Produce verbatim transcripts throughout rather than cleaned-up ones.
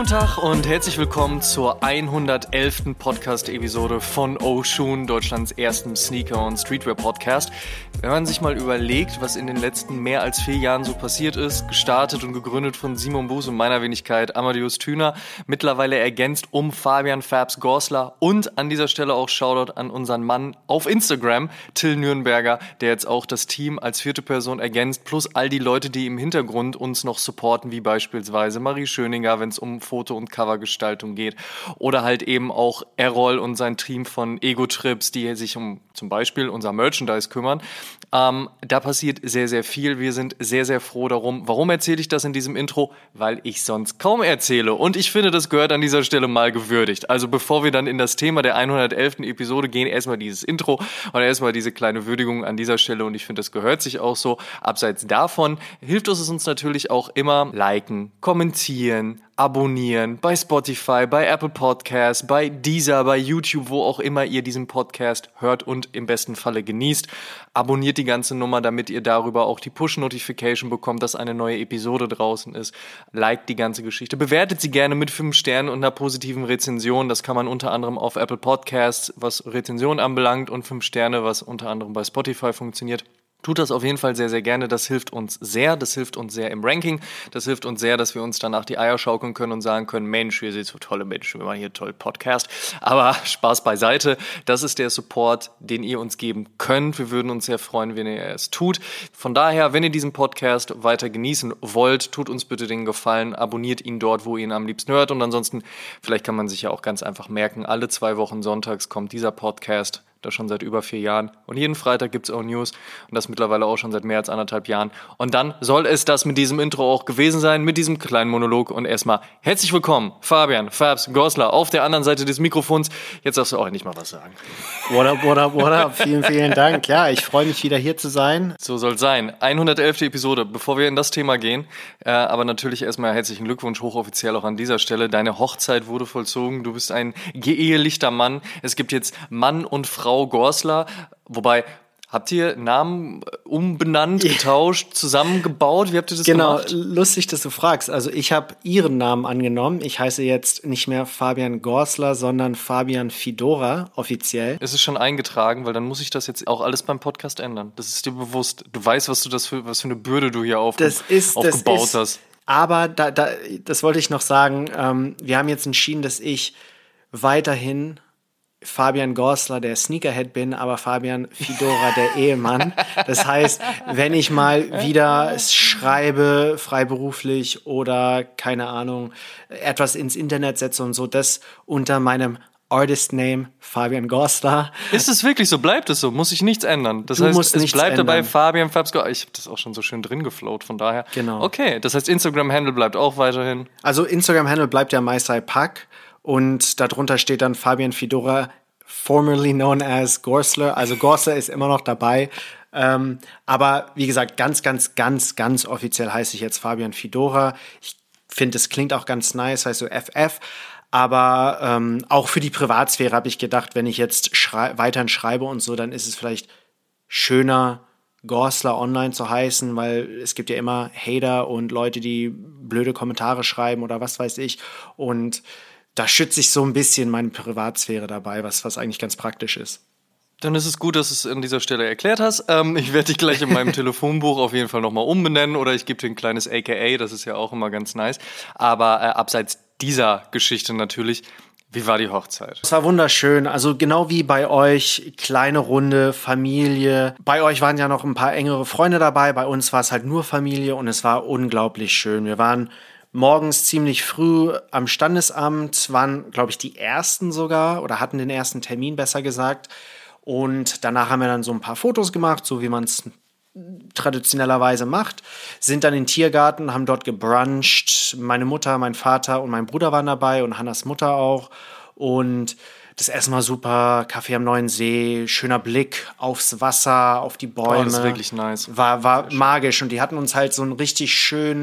Guten Tag und herzlich willkommen zur hundertelften Podcast-Episode von Oshun, Deutschlands ersten Sneaker- und Streetwear-Podcast. Wenn man sich mal überlegt, was in den letzten mehr als vier Jahren so passiert ist, gestartet und gegründet von Simon Buß und meiner Wenigkeit Amadeus Thüner, mittlerweile ergänzt um Fabian Fabs Gorsler und an dieser Stelle auch Shoutout an unseren Mann auf Instagram, Till Nürnberger, der jetzt auch das Team als vierte Person ergänzt, plus all die Leute, die im Hintergrund uns noch supporten, wie beispielsweise Marie Schöninger, wenn es um Foto- und Covergestaltung geht, oder halt eben auch Errol und sein Team von Ego Trips, die sich um zum Beispiel unser Merchandise kümmern. Ähm, da passiert sehr, sehr viel. Wir sind sehr, sehr froh darum. Warum erzähle ich das in diesem Intro? Weil ich sonst kaum erzähle. Und ich finde, das gehört an dieser Stelle mal gewürdigt. Also bevor wir dann in das Thema der hundertelften Episode gehen, erstmal dieses Intro und erstmal diese kleine Würdigung an dieser Stelle. Und ich finde, das gehört sich auch so. Abseits davon hilft es uns natürlich auch immer, liken, kommentieren, abonnieren, bei Spotify, bei Apple Podcasts, bei Deezer, bei YouTube, wo auch immer ihr diesen Podcast hört und im besten Falle genießt. Abonniert die ganze Nummer, damit ihr darüber auch die Push-Notification bekommt, dass eine neue Episode draußen ist. Liked die ganze Geschichte. Bewertet sie gerne mit fünf Sternen und einer positiven Rezension. Das kann man unter anderem auf Apple Podcasts, was Rezension anbelangt, und fünf Sterne, was unter anderem bei Spotify funktioniert. Tut das auf jeden Fall sehr, sehr gerne. Das hilft uns sehr. Das hilft uns sehr im Ranking. Das hilft uns sehr, dass wir uns danach die Eier schaukeln können und sagen können, Mensch, wir sind so tolle Menschen, wir machen hier toll Podcast. Aber Spaß beiseite. Das ist der Support, den ihr uns geben könnt. Wir würden uns sehr freuen, wenn ihr es tut. Von daher, wenn ihr diesen Podcast weiter genießen wollt, tut uns bitte den Gefallen. Abonniert ihn dort, wo ihr ihn am liebsten hört. Und ansonsten, vielleicht kann man sich ja auch ganz einfach merken, alle zwei Wochen sonntags kommt dieser Podcast. Das schon seit über vier Jahren. Und jeden Freitag gibt es auch News. Und das mittlerweile auch schon seit mehr als anderthalb Jahren. Und dann soll es das mit diesem Intro auch gewesen sein, mit diesem kleinen Monolog. Und erstmal herzlich willkommen, Fabian Fabs Gorsler auf der anderen Seite des Mikrofons. Jetzt darfst du auch nicht mal was sagen. What up, what up, what up. Vielen, vielen Dank. Ja, ich freue mich wieder hier zu sein. So soll es sein. hundertelfte Episode. Bevor wir in das Thema gehen, äh, aber natürlich erstmal herzlichen Glückwunsch, hochoffiziell auch an dieser Stelle. Deine Hochzeit wurde vollzogen. Du bist ein geehelichter Mann. Es gibt jetzt Mann und Frau Gorsler, wobei, habt ihr Namen umbenannt, getauscht, zusammengebaut? Wie habt ihr das genau, gemacht? Genau, lustig, dass du fragst. Also ich habe ihren Namen angenommen. Ich heiße jetzt nicht mehr Fabian Gorsler, sondern Fabian Fidora, offiziell. Es ist schon eingetragen, weil dann muss ich das jetzt auch alles beim Podcast ändern. Das ist dir bewusst. Du weißt, was du das für, was für eine Bürde du hier aufge- das ist, aufgebaut das ist, hast. Aber da, da, das wollte ich noch sagen. Ähm, wir haben jetzt entschieden, dass ich weiterhin Fabian Gorsler, der Sneakerhead bin, aber Fabian Fidora, der Ehemann. Das heißt, wenn ich mal wieder schreibe, freiberuflich oder, keine Ahnung, etwas ins Internet setze und so, das unter meinem Artist Name Fabian Gorsler. Ist es wirklich so? Bleibt es so? Muss ich nichts ändern? Das du heißt, musst es bleibt ändern. dabei Fabian Fabs Gorsler. Ich habe das auch schon so schön drin geflowt, von daher. Genau. Okay, das heißt, Instagram-Handle bleibt auch weiterhin. Also Instagram-Handle bleibt ja MySaiPack. Und darunter steht dann Fabian Fidora, formerly known as Gorsler. Also Gorsler ist immer noch dabei. Ähm, aber wie gesagt, ganz, ganz, ganz, ganz offiziell heiße ich jetzt Fabian Fidora. Ich finde, es klingt auch ganz nice, heißt so F F. Aber ähm, auch für die Privatsphäre habe ich gedacht, wenn ich jetzt schrei- weiterhin schreibe und so, dann ist es vielleicht schöner, Gorsler online zu heißen, weil es gibt ja immer Hater und Leute, die blöde Kommentare schreiben oder was weiß ich. Und da schütze ich so ein bisschen meine Privatsphäre dabei, was, was eigentlich ganz praktisch ist. Dann ist es gut, dass du es an dieser Stelle erklärt hast. Ähm, ich werde dich gleich in meinem Telefonbuch auf jeden Fall nochmal umbenennen oder ich gebe dir ein kleines A K A, das ist ja auch immer ganz nice. Aber äh, abseits dieser Geschichte natürlich, wie war die Hochzeit? Es war wunderschön, also genau wie bei euch, kleine Runde, Familie. Bei euch waren ja noch ein paar engere Freunde dabei, bei uns war es halt nur Familie und es war unglaublich schön. Wir waren morgens ziemlich früh am Standesamt, waren, glaube ich, die ersten sogar oder hatten den ersten Termin, besser gesagt. Und danach haben wir dann so ein paar Fotos gemacht, so wie man es traditionellerweise macht, sind dann in den Tiergarten, haben dort gebruncht. Meine Mutter, mein Vater und mein Bruder waren dabei und Hannas Mutter auch. Und das Essen war super, Kaffee am Neuen See, schöner Blick aufs Wasser, auf die Bäume. Oh, das ist wirklich nice. War, war magisch und die hatten uns halt so einen richtig schönen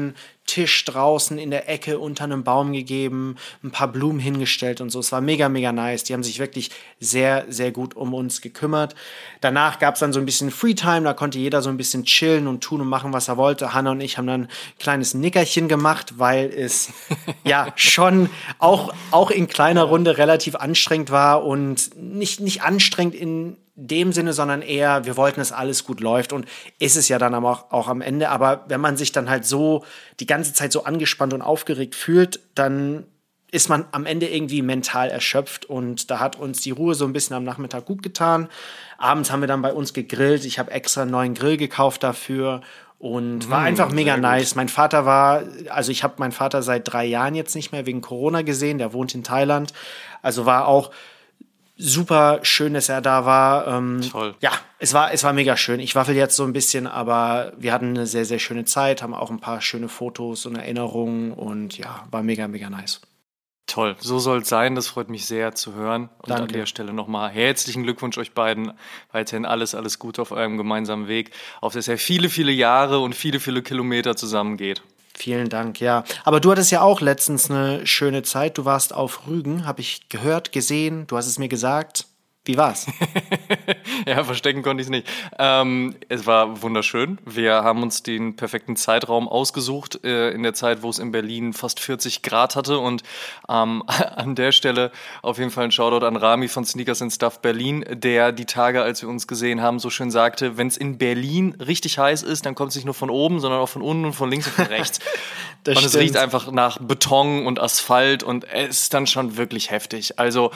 Tisch draußen in der Ecke unter einem Baum gegeben, ein paar Blumen hingestellt und so. Es war mega, mega nice. Die haben sich wirklich sehr, sehr gut um uns gekümmert. Danach gab es dann so ein bisschen Freetime, da konnte jeder so ein bisschen chillen und tun und machen, was er wollte. Hannah und ich haben dann ein kleines Nickerchen gemacht, weil es ja schon auch, auch in kleiner Runde relativ anstrengend war und nicht, nicht anstrengend in dem Sinne, sondern eher, wir wollten, dass alles gut läuft und ist es ja dann aber auch, auch am Ende. Aber wenn man sich dann halt so die ganze Zeit so angespannt und aufgeregt fühlt, dann ist man am Ende irgendwie mental erschöpft und da hat uns die Ruhe so ein bisschen am Nachmittag gut getan. Abends haben wir dann bei uns gegrillt. Ich habe extra einen neuen Grill gekauft dafür und war mmh, einfach mega nice. Mein Vater war, also ich habe meinen Vater seit drei Jahren jetzt nicht mehr wegen Corona gesehen. Der wohnt in Thailand. Also war auch super schön, dass er da war. Ähm, Toll. Ja, es war, es war mega schön. Ich waffel jetzt so ein bisschen, aber wir hatten eine sehr, sehr schöne Zeit, haben auch ein paar schöne Fotos und Erinnerungen und ja, war mega, mega nice. Toll, so soll es sein. Das freut mich sehr zu hören. Und Danke. An der Stelle nochmal herzlichen Glückwunsch euch beiden. Weiterhin alles, alles Gute auf eurem gemeinsamen Weg, auf das ihr viele, viele Jahre und viele, viele Kilometer zusammengeht. Vielen Dank, ja. Aber du hattest ja auch letztens eine schöne Zeit. Du warst auf Rügen, habe ich gehört, gesehen. Du hast es mir gesagt. Wie war's? Ja, verstecken konnte ich es nicht. Ähm, es war wunderschön. Wir haben uns den perfekten Zeitraum ausgesucht, äh, in der Zeit, wo es in Berlin fast vierzig Grad hatte. Und ähm, an der Stelle auf jeden Fall ein Shoutout an Rami von Sneakers and Stuff Berlin, der die Tage, als wir uns gesehen haben, so schön sagte, wenn es in Berlin richtig heiß ist, dann kommt es nicht nur von oben, sondern auch von unten und von links und von rechts. Und es riecht einfach nach Beton und Asphalt und es ist dann schon wirklich heftig. Also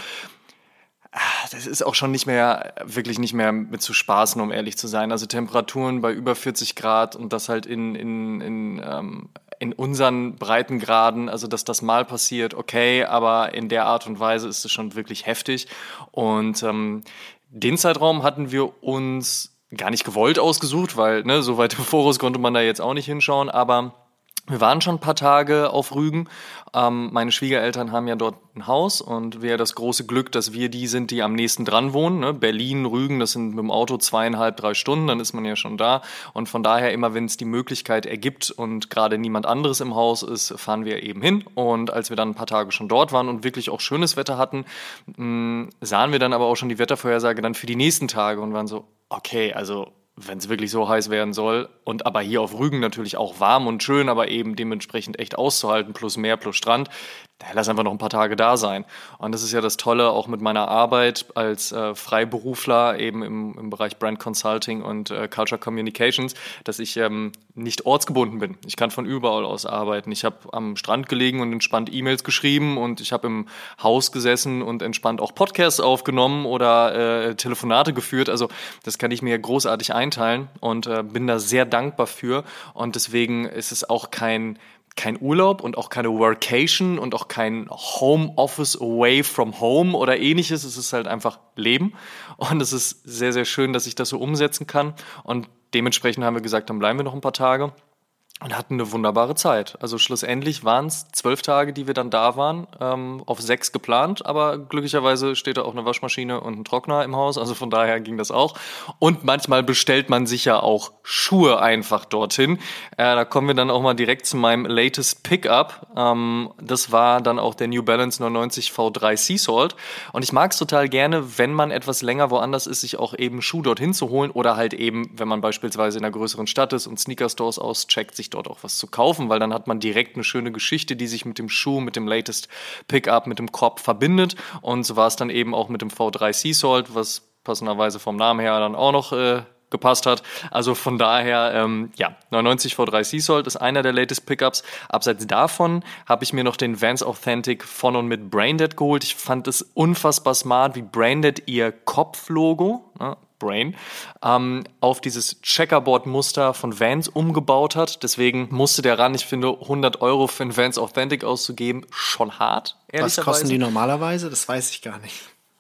das ist auch schon nicht mehr, wirklich nicht mehr mit zu spaßen, um ehrlich zu sein. Also Temperaturen bei über vierzig Grad und das halt in, in, in, ähm, in unseren Breitengraden, also dass das mal passiert, okay, aber in der Art und Weise ist es schon wirklich heftig. Und ähm, den Zeitraum hatten wir uns gar nicht gewollt ausgesucht, weil ne, so weit im Voraus konnte man da jetzt auch nicht hinschauen, aber wir waren schon ein paar Tage auf Rügen. Ähm, meine Schwiegereltern haben ja dort ein Haus und wir haben das große Glück, dass wir die sind, die am nächsten dran wohnen. Ne? Berlin, Rügen, das sind mit dem Auto zweieinhalb, drei Stunden, dann ist man ja schon da. Und von daher immer, wenn es die Möglichkeit ergibt und gerade niemand anderes im Haus ist, fahren wir eben hin. Und als wir dann ein paar Tage schon dort waren und wirklich auch schönes Wetter hatten, mh, sahen wir dann aber auch schon die Wettervorhersage dann für die nächsten Tage und waren so, okay, also wenn es wirklich so heiß werden soll und aber hier auf Rügen natürlich auch warm und schön, aber eben dementsprechend echt auszuhalten, plus Meer, plus Strand, lass einfach noch ein paar Tage da sein. Und das ist ja das Tolle auch mit meiner Arbeit als äh, Freiberufler eben im, im Bereich Brand Consulting und äh, Culture Communications, dass ich ähm, nicht ortsgebunden bin. Ich kann von überall aus arbeiten. Ich habe am Strand gelegen und entspannt E-Mails geschrieben und ich habe im Haus gesessen und entspannt auch Podcasts aufgenommen oder äh, Telefonate geführt. Also das kann ich mir großartig einteilen und äh, bin da sehr dankbar für. Und deswegen ist es auch kein kein Urlaub und auch keine Workation und auch kein Homeoffice away from home oder ähnliches. Es ist halt einfach Leben und es ist sehr, sehr schön, dass ich das so umsetzen kann und dementsprechend haben wir gesagt, dann bleiben wir noch ein paar Tage und hatten eine wunderbare Zeit. Also schlussendlich waren es zwölf Tage, die wir dann da waren, ähm, auf sechs geplant, aber glücklicherweise steht da auch eine Waschmaschine und ein Trockner im Haus, also von daher ging das auch. Und manchmal bestellt man sich ja auch Schuhe einfach dorthin. Äh, da kommen wir dann auch mal direkt zu meinem latest Pickup. Ähm, das war dann auch der New Balance neunundneunzig V drei Sea Salt. Und ich mag es total gerne, wenn man etwas länger woanders ist, sich auch eben Schuh dorthin zu holen oder halt eben, wenn man beispielsweise in einer größeren Stadt ist und Sneaker-Stores auscheckt, sich dort auch was zu kaufen, weil dann hat man direkt eine schöne Geschichte, die sich mit dem Schuh, mit dem latest Pickup, mit dem Korb verbindet. Und so war es dann eben auch mit dem V drei Sea Salt, was passenderweise vom Namen her dann auch noch äh, gepasst hat. Also von daher, ähm, ja, neunundneunzig V drei Sea Salt ist einer der latest Pickups. Abseits davon habe ich mir noch den Vans Authentic von und mit Braindead geholt. Ich fand es unfassbar smart, wie Braindead ihr Kopflogo, ne, Brain, ähm, auf dieses Checkerboard-Muster von Vans umgebaut hat. Deswegen musste der ran. Ich finde, hundert Euro für ein Vans Authentic auszugeben, schon hart, ehrlicherweise. Was kosten die normalerweise? Das weiß ich gar nicht.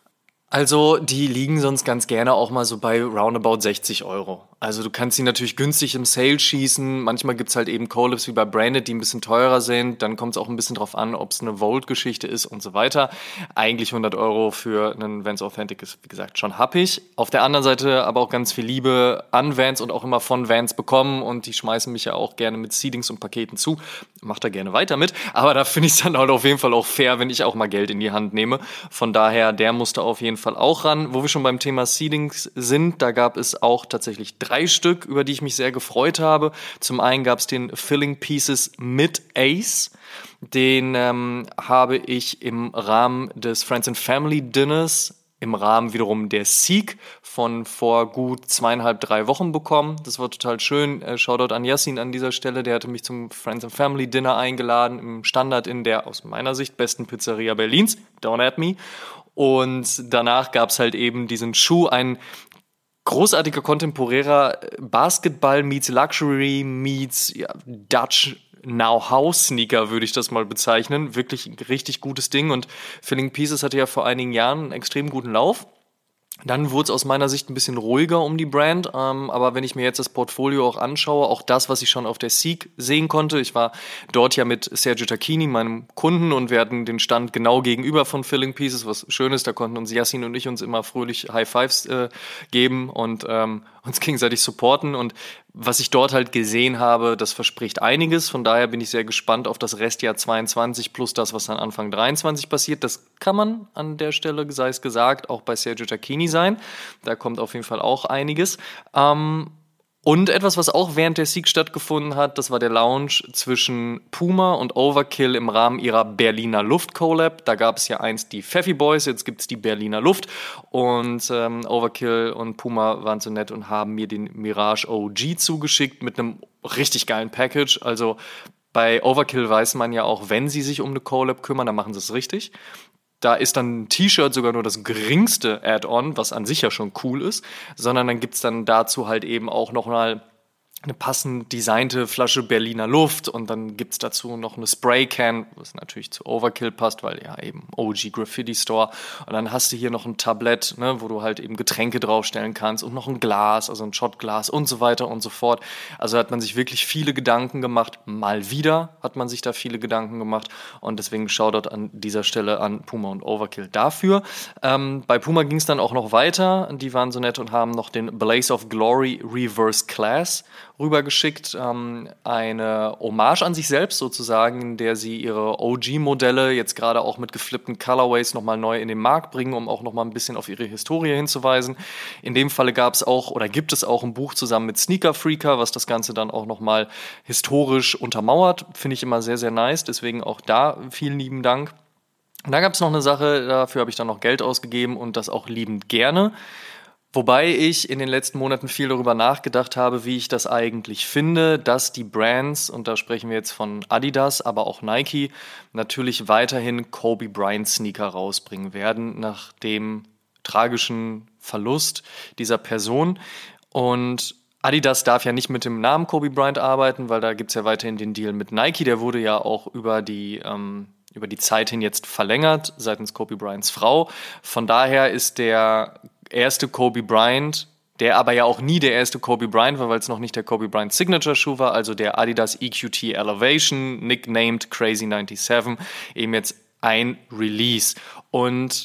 Also die liegen sonst ganz gerne auch mal so bei roundabout sechzig Euro. Also du kannst sie natürlich günstig im Sale schießen. Manchmal gibt's halt eben Collabs wie bei Branded, die ein bisschen teurer sind. Dann kommt es auch ein bisschen drauf an, ob es eine Volt-Geschichte ist und so weiter. Eigentlich hundert Euro für einen Vans Authentic ist, wie gesagt, schon happig. Auf der anderen Seite aber auch ganz viel Liebe an Vans und auch immer von Vans bekommen. Und die schmeißen mich ja auch gerne mit Seedings und Paketen zu. Macht da gerne weiter mit. Aber da finde ich es dann halt auf jeden Fall auch fair, wenn ich auch mal Geld in die Hand nehme. Von daher, der musste auf jeden Fall auch ran. Wo wir schon beim Thema Seedings sind, da gab es auch tatsächlich drei Stück, über die ich mich sehr gefreut habe. Zum einen gab es den Filling Pieces mit Ace. Den ähm, habe ich im Rahmen des Friends and Family Dinners im Rahmen wiederum der Seek von vor gut zweieinhalb, drei Wochen bekommen. Das war total schön. Äh, Shoutout an Yassin an dieser Stelle. Der hatte mich zum Friends and Family Dinner eingeladen im Standard in der aus meiner Sicht besten Pizzeria Berlins. Don't at me. Und danach gab's halt eben diesen Schuh, ein großartiger kontemporärer Basketball meets Luxury meets ja, Dutch Now-How-Sneaker, würde ich das mal bezeichnen. Wirklich ein richtig gutes Ding. Und Filling Pieces hatte ja vor einigen Jahren einen extrem guten Lauf. Dann wurde es aus meiner Sicht ein bisschen ruhiger um die Brand, ähm, aber wenn ich mir jetzt das Portfolio auch anschaue, auch das, was ich schon auf der Seek sehen konnte, ich war dort ja mit Sergio Tacchini, meinem Kunden, und wir hatten den Stand genau gegenüber von Filling Pieces, was schön ist, da konnten uns Yassin und ich uns immer fröhlich High Fives äh, geben und ähm, uns gegenseitig supporten, und was ich dort halt gesehen habe, das verspricht einiges. Von daher bin ich sehr gespannt auf das Restjahr zweiundzwanzig plus das, was dann Anfang dreiundzwanzig passiert. Das kann man an der Stelle, sei es gesagt, auch bei Sergio Tacchini sein. Da kommt auf jeden Fall auch einiges. Ähm, Und etwas, was auch während der Seek stattgefunden hat, das war der Lounge zwischen Puma und Overkill im Rahmen ihrer Berliner Luft Collab. Da gab es ja einst die Pfeffi Boys, jetzt gibt's die Berliner Luft. Und ähm, Overkill und Puma waren so nett und haben mir den Mirage O G zugeschickt mit einem richtig geilen Package. Also bei Overkill weiß man ja auch, wenn sie sich um eine Collab kümmern, dann machen sie es richtig. Da ist dann ein T-Shirt sogar nur das geringste Add-on, was an sich ja schon cool ist, sondern dann gibt's dann dazu halt eben auch noch mal eine passend designte Flasche Berliner Luft, und dann gibt's dazu noch eine Spraycan, was natürlich zu Overkill passt, weil ja eben O G Graffiti Store, und dann hast du hier noch ein Tablett, ne, wo du halt eben Getränke draufstellen kannst, und noch ein Glas, also ein Shotglas und so weiter und so fort. Also hat man sich wirklich viele Gedanken gemacht, mal wieder hat man sich da viele Gedanken gemacht, und deswegen Shoutout an dieser Stelle an Puma und Overkill dafür. Ähm, bei Puma ging's dann auch noch weiter, die waren so nett und haben noch den Blaze of Glory Reverse Class rübergeschickt, ähm, eine Hommage an sich selbst sozusagen, in der sie ihre O G-Modelle jetzt gerade auch mit geflippten Colorways nochmal neu in den Markt bringen, um auch nochmal ein bisschen auf ihre Historie hinzuweisen. In dem Falle gab es auch oder gibt es auch ein Buch zusammen mit Sneaker Freaker, was das Ganze dann auch nochmal historisch untermauert. Finde ich immer sehr, sehr nice, deswegen auch da vielen lieben Dank. Und da gab es noch eine Sache, dafür habe ich dann noch Geld ausgegeben und das auch liebend gerne. Wobei ich in den letzten Monaten viel darüber nachgedacht habe, wie ich das eigentlich finde, dass die Brands, und da sprechen wir jetzt von Adidas, aber auch Nike, natürlich weiterhin Kobe Bryant Sneaker rausbringen werden, nach dem tragischen Verlust dieser Person. Und Adidas darf ja nicht mit dem Namen Kobe Bryant arbeiten, weil da gibt's ja weiterhin den Deal mit Nike, der wurde ja auch über die ähm, über die Zeit hin jetzt verlängert, seitens Kobe Bryants Frau. Von daher ist der erste Kobe Bryant, der aber ja auch nie der erste Kobe Bryant war, weil es noch nicht der Kobe Bryant Signature Schuh war, also der Adidas E Q T Elevation, nicknamed Crazy siebenundneunzig, eben jetzt ein Release. Und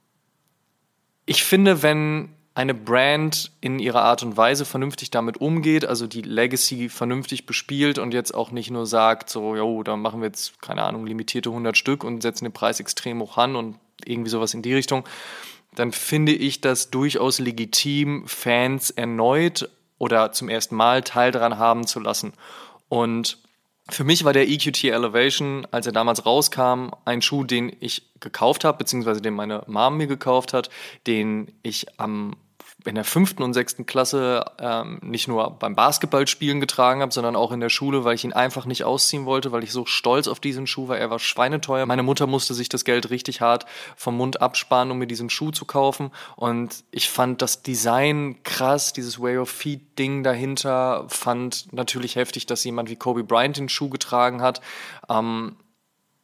ich finde, wenn eine Brand in ihrer Art und Weise vernünftig damit umgeht, also die Legacy vernünftig bespielt und jetzt auch nicht nur sagt, so, jo, da machen wir jetzt, keine Ahnung, limitierte hundert Stück und setzen den Preis extrem hoch an und irgendwie sowas in die Richtung, dann finde ich das durchaus legitim, Fans erneut oder zum ersten Mal Teil daran haben zu lassen. Und für mich war der E Q T Elevation, als er damals rauskam, ein Schuh, den ich gekauft habe, beziehungsweise den meine Mom mir gekauft hat, den ich am in der fünften und sechsten Klasse ähm, nicht nur beim Basketballspielen getragen habe, sondern auch in der Schule, weil ich ihn einfach nicht ausziehen wollte, weil ich so stolz auf diesen Schuh war. Er war schweineteuer. Meine Mutter musste sich das Geld richtig hart vom Mund absparen, um mir diesen Schuh zu kaufen. Und ich fand das Design krass, dieses Way of Feet Ding dahinter, fand natürlich heftig, dass jemand wie Kobe Bryant den Schuh getragen hat. Ähm,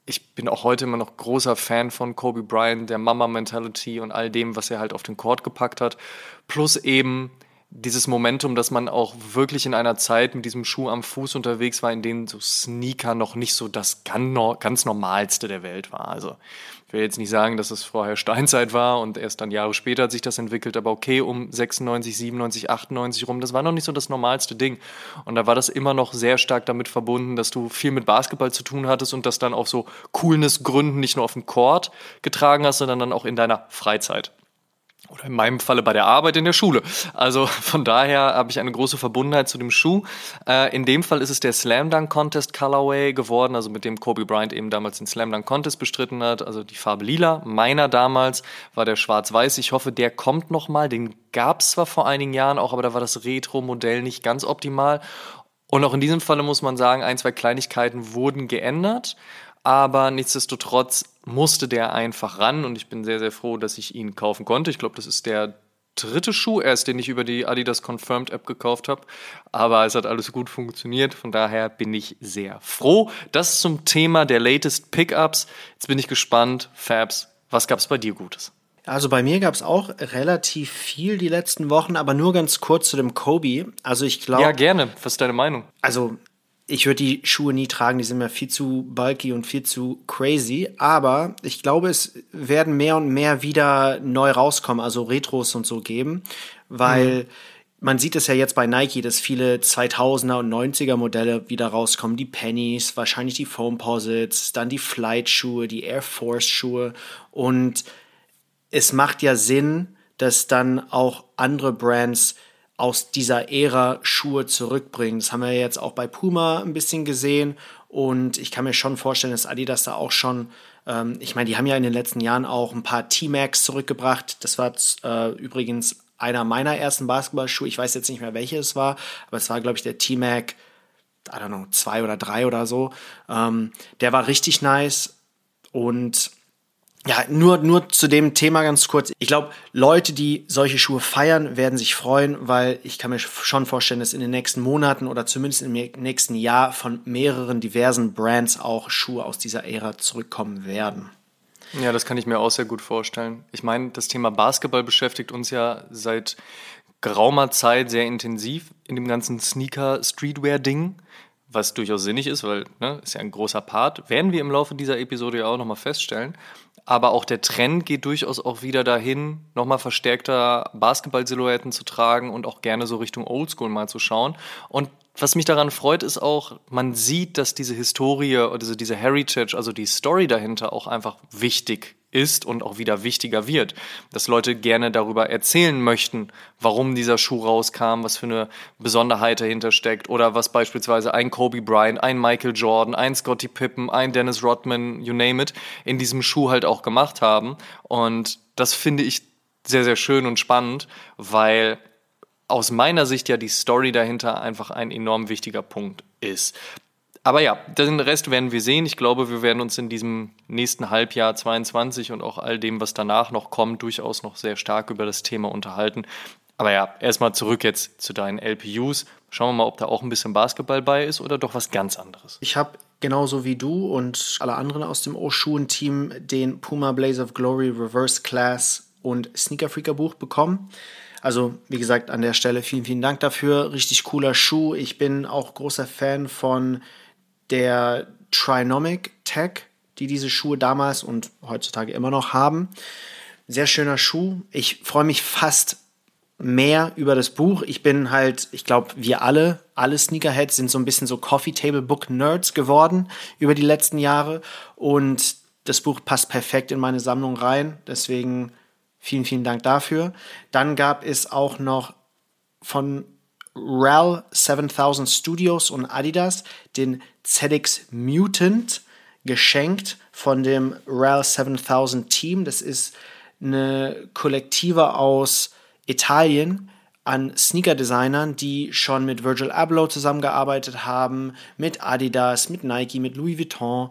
ich bin auch heute immer noch großer Fan von Kobe Bryant, der Mama-Mentality und all dem, was er halt auf den Court gepackt hat. Plus eben dieses Momentum, dass man auch wirklich in einer Zeit mit diesem Schuh am Fuß unterwegs war, in denen so Sneaker noch nicht so das ganz Normalste der Welt war. Also ich will jetzt nicht sagen, dass es vorher Steinzeit war und erst dann Jahre später hat sich das entwickelt, aber okay, um sechsundneunzig, siebenundneunzig, achtundneunzig rum, das war noch nicht so das normalste Ding. Und da war das immer noch sehr stark damit verbunden, dass du viel mit Basketball zu tun hattest und das dann auf so Coolness-Gründen nicht nur auf dem Court getragen hast, sondern dann auch in deiner Freizeit. Oder in meinem Falle bei der Arbeit in der Schule. Also von daher habe ich eine große Verbundenheit zu dem Schuh. Äh, in dem Fall ist es der Slam Dunk Contest Colorway geworden, also mit dem Kobe Bryant eben damals den Slam Dunk Contest bestritten hat. Also die Farbe lila. Meiner damals war der schwarz-weiß. Ich hoffe, der kommt nochmal. Den gab es zwar vor einigen Jahren auch, aber da war das Retro-Modell nicht ganz optimal. Und auch in diesem Falle muss man sagen, ein, zwei Kleinigkeiten wurden geändert. Aber nichtsdestotrotz musste der einfach ran und ich bin sehr, sehr froh, dass ich ihn kaufen konnte. Ich glaube, das ist der dritte Schuh erst, den ich über die Adidas Confirmed App gekauft habe. Aber es hat alles gut funktioniert, von daher bin ich sehr froh. Das zum Thema der latest Pickups. Jetzt bin ich gespannt, Fabs, was gab es bei dir Gutes? Also bei mir gab es auch relativ viel die letzten Wochen, aber nur ganz kurz zu dem Kobe. Also ich glaube... Ja, gerne. Was ist deine Meinung? Also... Ich würde die Schuhe nie tragen, die sind mir viel zu bulky und viel zu crazy. Aber ich glaube, es werden mehr und mehr wieder neu rauskommen, also Retros und so geben. Weil mhm. man sieht es ja jetzt bei Nike, dass viele zweitausender und neunziger Modelle wieder rauskommen. Die Pennies, wahrscheinlich die Foamposites, dann die Flight-Schuhe, die Air Force-Schuhe. Und es macht ja Sinn, dass dann auch andere Brands aus dieser Ära Schuhe zurückbringen. Das haben wir jetzt auch bei Puma ein bisschen gesehen und ich kann mir schon vorstellen, dass Adidas da auch schon, ähm, ich meine, die haben ja in den letzten Jahren auch ein paar T-Max zurückgebracht. Das war äh, übrigens einer meiner ersten Basketballschuhe. Ich weiß jetzt nicht mehr, welche es war, aber es war, glaube ich, der T-Mac, I don't know, zwei oder drei oder so. Ähm, der war richtig nice und ja, nur, nur zu dem Thema ganz kurz. Ich glaube, Leute, die solche Schuhe feiern, werden sich freuen, weil ich kann mir schon vorstellen, dass in den nächsten Monaten oder zumindest im nächsten Jahr von mehreren diversen Brands auch Schuhe aus dieser Ära zurückkommen werden. Ja, das kann ich mir auch sehr gut vorstellen. Ich meine, das Thema Basketball beschäftigt uns ja seit geraumer Zeit sehr intensiv in dem ganzen Sneaker-Streetwear-Ding. Was durchaus sinnig ist, weil ne, ist ja ein großer Part, werden wir im Laufe dieser Episode ja auch nochmal feststellen. Aber auch der Trend geht durchaus auch wieder dahin, nochmal verstärkter Basketball-Silhouetten zu tragen und auch gerne so Richtung Oldschool mal zu schauen. Und was mich daran freut, ist auch, man sieht, dass diese Historie oder diese, diese Heritage, also die Story dahinter auch einfach wichtig ist und auch wieder wichtiger wird. Dass Leute gerne darüber erzählen möchten, warum dieser Schuh rauskam, was für eine Besonderheit dahinter steckt oder was beispielsweise ein Kobe Bryant, ein Michael Jordan, ein Scottie Pippen, ein Dennis Rodman, you name it, in diesem Schuh halt auch gemacht haben. Und das finde ich sehr, sehr schön und spannend, weil aus meiner Sicht ja die Story dahinter einfach ein enorm wichtiger Punkt ist. Aber ja, den Rest werden wir sehen. Ich glaube, wir werden uns in diesem nächsten Halbjahr zweiundzwanzig und auch all dem, was danach noch kommt, durchaus noch sehr stark über das Thema unterhalten. Aber ja, erstmal zurück jetzt zu deinen L P Us. Schauen wir mal, ob da auch ein bisschen Basketball bei ist oder doch was ganz anderes. Ich habe genauso wie du und alle anderen aus dem O-Schuhen-Team den Puma Blaze of Glory Reverse Class und Sneaker Freaker Buch bekommen. Also, wie gesagt, an der Stelle vielen, vielen Dank dafür. Richtig cooler Schuh. Ich bin auch großer Fan von der Trinomic Tech, die diese Schuhe damals und heutzutage immer noch haben. Sehr schöner Schuh. Ich freue mich fast mehr über das Buch. Ich bin halt, ich glaube, wir alle, alle Sneakerheads sind so ein bisschen so Coffee Table Book Nerds geworden über die letzten Jahre und das Buch passt perfekt in meine Sammlung rein. Deswegen vielen, vielen Dank dafür. Dann gab es auch noch von R A L siebentausend Studios und Adidas den Z X Mutant geschenkt von dem R A L siebentausend Team. Das ist eine Kollektive aus Italien an Sneaker-Designern, die schon mit Virgil Abloh zusammengearbeitet haben, mit Adidas, mit Nike, mit Louis Vuitton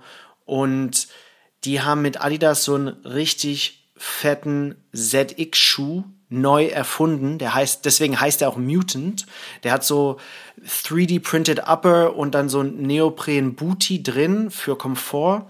und die haben mit Adidas so einen richtig fetten Z X-Schuh neu erfunden. Der heißt, deswegen heißt er auch Mutant. Der hat so drei D-printed Upper und dann so ein Neopren-Booty drin für Komfort.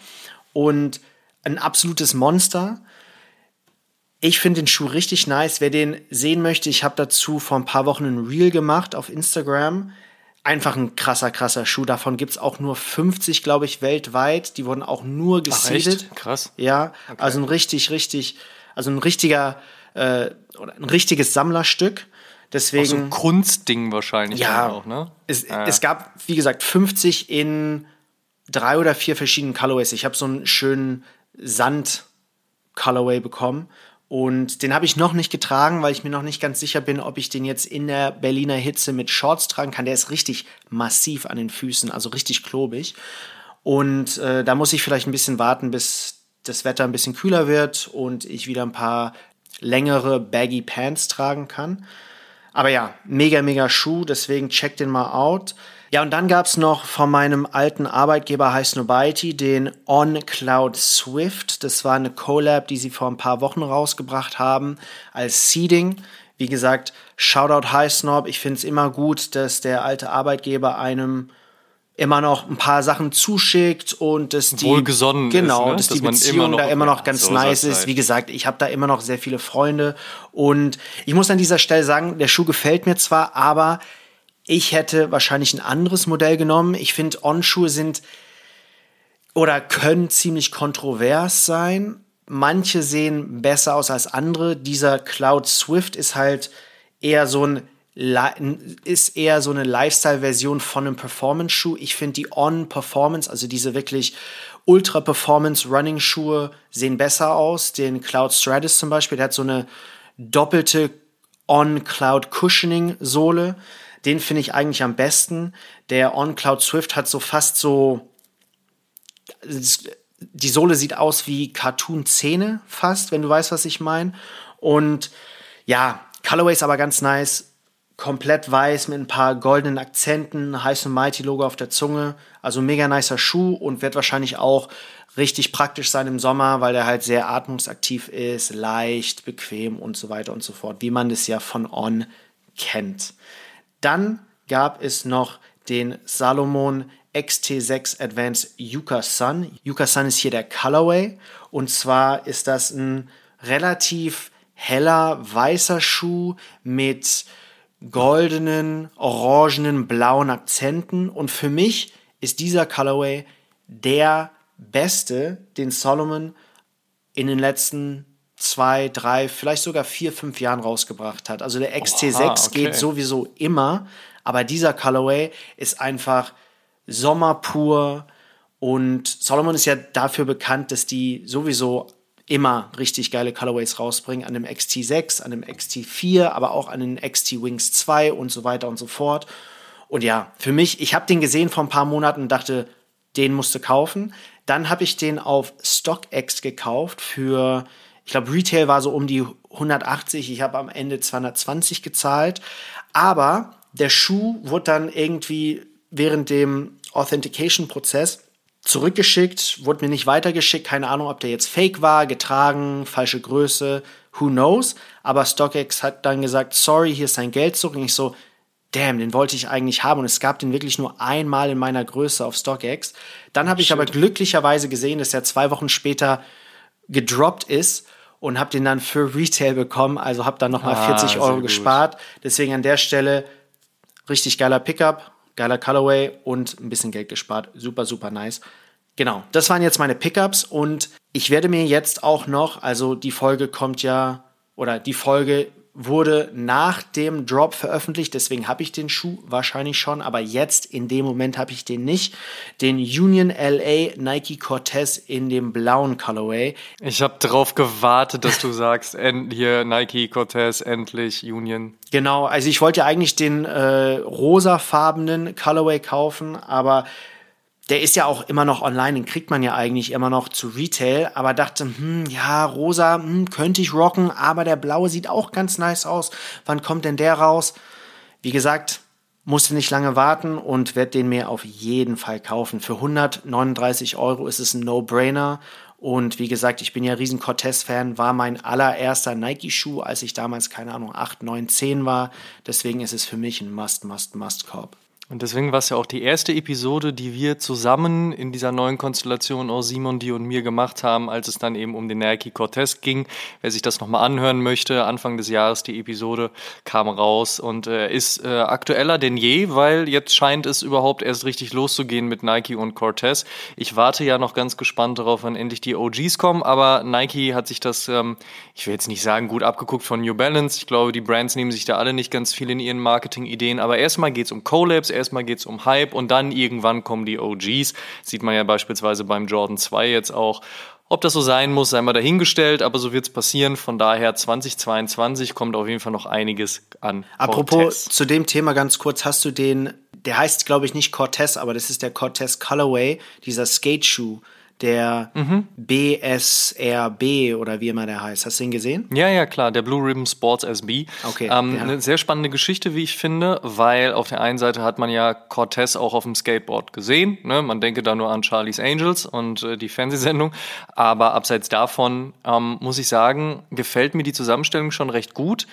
und ein absolutes Monster. Ich finde den Schuh richtig nice. Wer den sehen möchte, ich habe dazu vor ein paar Wochen ein Reel gemacht auf Instagram. Einfach ein krasser, krasser Schuh. Davon gibt es auch nur fünfzig, glaube ich, weltweit. Die wurden auch nur geseedet. Ach, echt? Krass. Ja, Okay. also ein richtig, richtig, also ein richtiger, äh, oder ein richtiges Sammlerstück. Deswegen, auch so ein Kunstding wahrscheinlich ja, dann auch, ne? Es, ja, ja. es gab, wie gesagt, fünfzig in drei oder vier verschiedenen Colorways. Ich habe so einen schönen Sand-Colorway bekommen. Und den habe ich noch nicht getragen, weil ich mir noch nicht ganz sicher bin, ob ich den jetzt in der Berliner Hitze mit Shorts tragen kann. Der ist richtig massiv an den Füßen, also richtig klobig. Und äh, da muss ich vielleicht ein bisschen warten, bis das Wetter ein bisschen kühler wird und ich wieder ein paar längere Baggy Pants tragen kann. Aber ja, mega, mega Schuh, deswegen check den mal out. Ja, und dann gab's noch von meinem alten Arbeitgeber Highsnobiety den On Cloud Swift. Das war eine Collab, die sie vor ein paar Wochen rausgebracht haben als Seeding. Wie gesagt, Shoutout Highsnob. Ich find's immer gut, dass der alte Arbeitgeber einem immer noch ein paar Sachen zuschickt und dass die wohlgesonnen genau, ist, ne? dass, dass die man Beziehung immer noch, da immer noch ja, ganz so nice soll's ist. sein. Wie gesagt, ich habe da immer noch sehr viele Freunde und ich muss an dieser Stelle sagen, der Schuh gefällt mir zwar, aber ich hätte wahrscheinlich ein anderes Modell genommen. Ich finde, On-Schuhe sind oder können ziemlich kontrovers sein. Manche sehen besser aus als andere. Dieser Cloud Swift ist halt eher so ein ist eher so eine Lifestyle-Version von einem Performance-Schuh. Ich finde die On-Performance, also diese wirklich Ultra-Performance-Running-Schuhe sehen besser aus. Den Cloud Stratus zum Beispiel, der hat so eine doppelte On-Cloud-Cushioning-Sohle. Den finde ich eigentlich am besten. Der On Cloud Swift hat so fast so, die Sohle sieht aus wie Cartoon-Zähne fast, wenn du weißt, was ich meine. Und ja, Colorway ist aber ganz nice. Komplett weiß mit ein paar goldenen Akzenten, Highsnobiety-Logo auf der Zunge. Also mega nicer Schuh und wird wahrscheinlich auch richtig praktisch sein im Sommer, weil der halt sehr atmungsaktiv ist, leicht, bequem und so weiter und so fort, wie man das ja von On kennt. Dann gab es noch den Salomon X T sechs Advanced Yucca Sun. Yucca Sun ist hier der Colorway und zwar ist das ein relativ heller weißer Schuh mit goldenen, orangenen, blauen Akzenten und für mich ist dieser Colorway der beste, den Salomon in den letzten zwei, drei, vielleicht sogar vier, fünf Jahren rausgebracht hat. Also der X T sechs okay. geht sowieso immer, aber dieser Colorway ist einfach Sommer pur und Salomon ist ja dafür bekannt, dass die sowieso immer richtig geile Colorways rausbringen, an dem X T sechs, an dem X T vier, aber auch an den X T Wings zwei und so weiter und so fort. Und ja, für mich, ich habe den gesehen vor ein paar Monaten und dachte, den musst du kaufen. Dann habe ich den auf StockX gekauft für, ich glaube, Retail war so um die hundertachtzig, ich habe am Ende zweihundertzwanzig gezahlt. Aber der Schuh wurde dann irgendwie während dem Authentication-Prozess zurückgeschickt, wurde mir nicht weitergeschickt, keine Ahnung, ob der jetzt fake war, getragen, falsche Größe, who knows. Aber StockX hat dann gesagt, sorry, hier ist dein Geld zurück. Und ich so, damn, den wollte ich eigentlich haben. Und es gab den wirklich nur einmal in meiner Größe auf StockX. Dann habe ich aber glücklicherweise gesehen, dass er zwei Wochen später gedroppt ist und habe den dann für Retail bekommen. Also habe dann nochmal Ah, vierzig sehr Euro gut. gespart. Deswegen an der Stelle richtig geiler Pickup, geiler Colorway und ein bisschen Geld gespart. Super, super nice. Genau, das waren jetzt meine Pickups und ich werde mir jetzt auch noch, also die Folge kommt ja, oder die Folge wurde nach dem Drop veröffentlicht, deswegen habe ich den Schuh wahrscheinlich schon, aber jetzt in dem Moment habe ich den nicht. Den Union L A Nike Cortez in dem blauen Colorway. Ich habe drauf gewartet, dass du sagst, end, hier Nike Cortez, endlich Union. Genau, also ich wollte ja eigentlich den äh, rosafarbenen Colorway kaufen, aber der ist ja auch immer noch online, den kriegt man ja eigentlich immer noch zu Retail, aber dachte, hm, ja, rosa, hm, könnte ich rocken, aber der blaue sieht auch ganz nice aus. Wann kommt denn der raus? Wie gesagt, musste nicht lange warten und werde den mir auf jeden Fall kaufen. Für hundertneununddreißig Euro ist es ein No-Brainer. Und wie gesagt, ich bin ja riesen Cortez-Fan, war mein allererster Nike-Schuh, als ich damals, keine Ahnung, acht, neun, zehn war. Deswegen ist es für mich ein Must, Must, Must-Kauf. Und deswegen war es ja auch die erste Episode, die wir zusammen in dieser neuen Konstellation aus Simon, die und mir gemacht haben, als es dann eben um den Nike Cortez ging. Wer sich das nochmal anhören möchte, Anfang des Jahres die Episode kam raus und äh, ist äh, aktueller denn je, weil jetzt scheint es überhaupt erst richtig loszugehen mit Nike und Cortez. Ich warte ja noch ganz gespannt darauf, wann endlich die O Gs kommen, aber Nike hat sich das, ähm, ich will jetzt nicht sagen, gut abgeguckt von New Balance. Ich glaube, die Brands nehmen sich da alle nicht ganz viel in ihren Marketing-Ideen, aber erstmal geht es um Collabs, erstmal geht es um Hype und dann irgendwann kommen die O Gs. Sieht man ja beispielsweise beim Jordan zwei jetzt auch. Ob das so sein muss, sei mal dahingestellt, aber so wird es passieren. Von daher zwanzig zweiundzwanzig kommt auf jeden Fall noch einiges an. Apropos Cortez. Zu dem Thema ganz kurz, hast du den, der heißt glaube ich nicht Cortez, aber das ist der Cortez Colorway, dieser Skate-Schuh, der mhm. B S R B oder wie immer der heißt. Hast du ihn gesehen? Ja, ja, klar, der Blue Ribbon Sports S B. Okay. Ähm, ja. Eine sehr spannende Geschichte, wie ich finde, weil auf der einen Seite hat man ja Cortez auch auf dem Skateboard gesehen. Ne? Man denke da nur an Charlie's Angels und äh, die Fernsehsendung. Aber abseits davon ähm, muss ich sagen, gefällt mir die Zusammenstellung schon recht gut.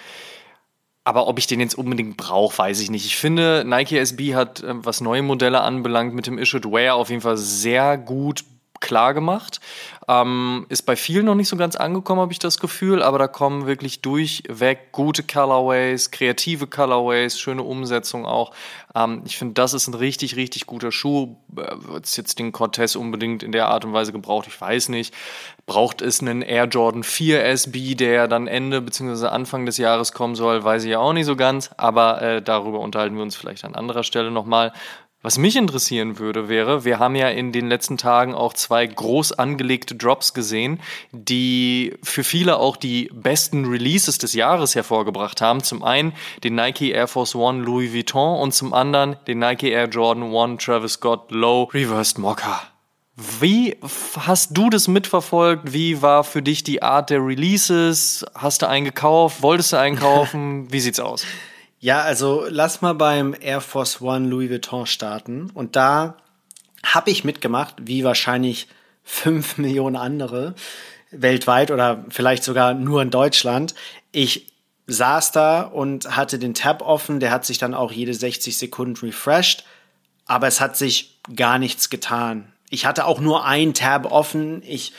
Aber ob ich den jetzt unbedingt brauche, weiß ich nicht. Ich finde, Nike S B hat, äh, was neue Modelle anbelangt, mit dem Issued Wear auf jeden Fall sehr gut klar gemacht. Ähm, ist bei vielen noch nicht so ganz angekommen, habe ich das Gefühl, aber da kommen wirklich durchweg gute Colorways, kreative Colorways, schöne Umsetzung auch. Ähm, ich finde, das ist ein richtig, richtig guter Schuh. Wird es jetzt den Cortez unbedingt in der Art und Weise gebraucht? Ich weiß nicht. Braucht es einen Air Jordan vier S B, der dann Ende bzw. Anfang des Jahres kommen soll? Weiß ich ja auch nicht so ganz, aber äh, darüber unterhalten wir uns vielleicht an anderer Stelle nochmal. Was mich interessieren würde, wäre, wir haben ja in den letzten Tagen auch zwei groß angelegte Drops gesehen, die für viele auch die besten Releases des Jahres hervorgebracht haben. Zum einen den Nike Air Force One Louis Vuitton und zum anderen den Nike Air Jordan One Travis Scott Low Reversed Mocha. Wie hast du das mitverfolgt? Wie war für dich die Art der Releases? Hast du einen gekauft? Wolltest du einen kaufen? Wie sieht's aus? Ja, also lass mal beim Air Force One Louis Vuitton starten. Und da habe ich mitgemacht, wie wahrscheinlich fünf Millionen andere weltweit oder vielleicht sogar nur in Deutschland. Ich saß da und hatte den Tab offen. Der hat sich dann auch jede sechzig Sekunden refreshed. Aber es hat sich gar nichts getan. Ich hatte auch nur ein Tab offen. Ich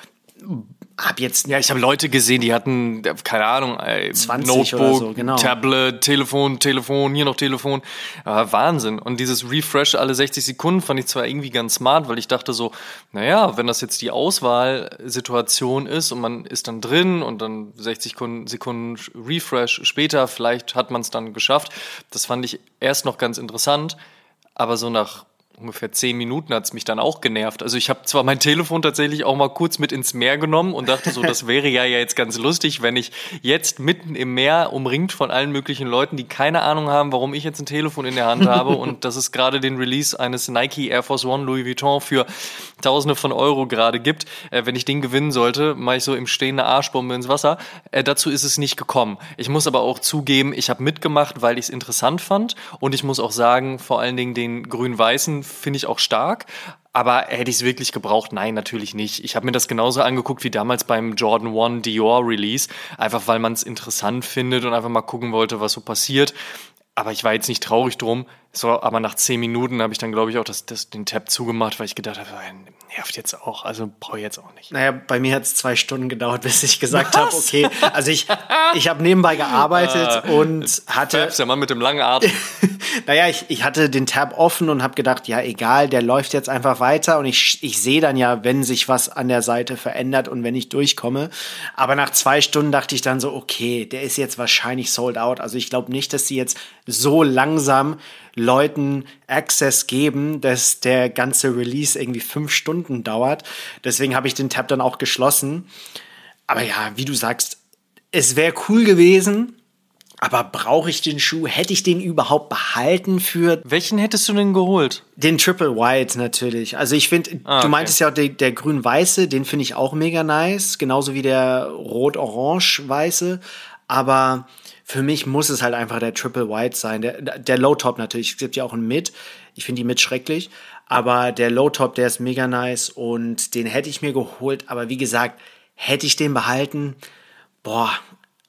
hab jetzt ja, ich habe Leute gesehen, die hatten, keine Ahnung, ey, zwanzig Notebook, oder so, genau. Tablet, Telefon, Telefon, hier noch Telefon. Ja, Wahnsinn. Und dieses Refresh alle sechzig Sekunden fand ich zwar irgendwie ganz smart, weil ich dachte so, naja, wenn das jetzt die Auswahlsituation ist und man ist dann drin und dann sechzig Sekunden Refresh später, vielleicht hat man es dann geschafft. Das fand ich erst noch ganz interessant, aber so nach ungefähr zehn Minuten hat es mich dann auch genervt. Also ich habe zwar mein Telefon tatsächlich auch mal kurz mit ins Meer genommen und dachte so, das wäre ja jetzt ganz lustig, wenn ich jetzt mitten im Meer umringt von allen möglichen Leuten, die keine Ahnung haben, warum ich jetzt ein Telefon in der Hand habe und dass es gerade den Release eines Nike Air Force One Louis Vuitton für Tausende von Euro gerade gibt. Äh, wenn ich den gewinnen sollte, mache ich so im Stehen eine Arschbombe ins Wasser. Äh, dazu ist es nicht gekommen. Ich muss aber auch zugeben, ich habe mitgemacht, weil ich es interessant fand und ich muss auch sagen, vor allen Dingen den grün-weißen finde ich auch stark, aber hätte ich es wirklich gebraucht? Nein, natürlich nicht. Ich habe mir das genauso angeguckt wie damals beim Jordan One Dior Release, einfach weil man es interessant findet und einfach mal gucken wollte, was so passiert. Aber ich war jetzt nicht traurig drum. So, aber nach zehn Minuten habe ich dann, glaube ich, auch das, das, den Tab zugemacht, weil ich gedacht habe, nervt jetzt auch, also brauche ich jetzt auch nicht. Naja, bei mir hat es zwei Stunden gedauert, bis ich gesagt habe, okay, also ich, ich habe nebenbei gearbeitet uh, und hatte... Fabs, der Mann mit dem langen Atem. Naja, ich, ich hatte den Tab offen und habe gedacht, ja egal, der läuft jetzt einfach weiter und ich, ich sehe dann ja, wenn sich was an der Seite verändert und wenn ich durchkomme. Aber nach zwei Stunden dachte ich dann so, okay, der ist jetzt wahrscheinlich sold out. Also ich glaube nicht, dass sie jetzt so langsam Leuten Access geben, dass der ganze Release irgendwie fünf Stunden dauert. Deswegen habe ich den Tab dann auch geschlossen. Aber ja, wie du sagst, es wäre cool gewesen, aber brauche ich den Schuh? Hätte ich den überhaupt behalten für... Welchen hättest du denn geholt? Den Triple White natürlich. Also ich finde, ah, okay. Du meintest ja auch der, der grün-weiße, den finde ich auch mega nice. Genauso wie der rot-orange-weiße. Aber für mich muss es halt einfach der Triple White sein. Der, der Low-Top natürlich. Es gibt ja auch einen Mid. Ich finde die Mid schrecklich. Aber der Low-Top, der ist mega nice. Und den hätte ich mir geholt. Aber wie gesagt, hätte ich den behalten, boah,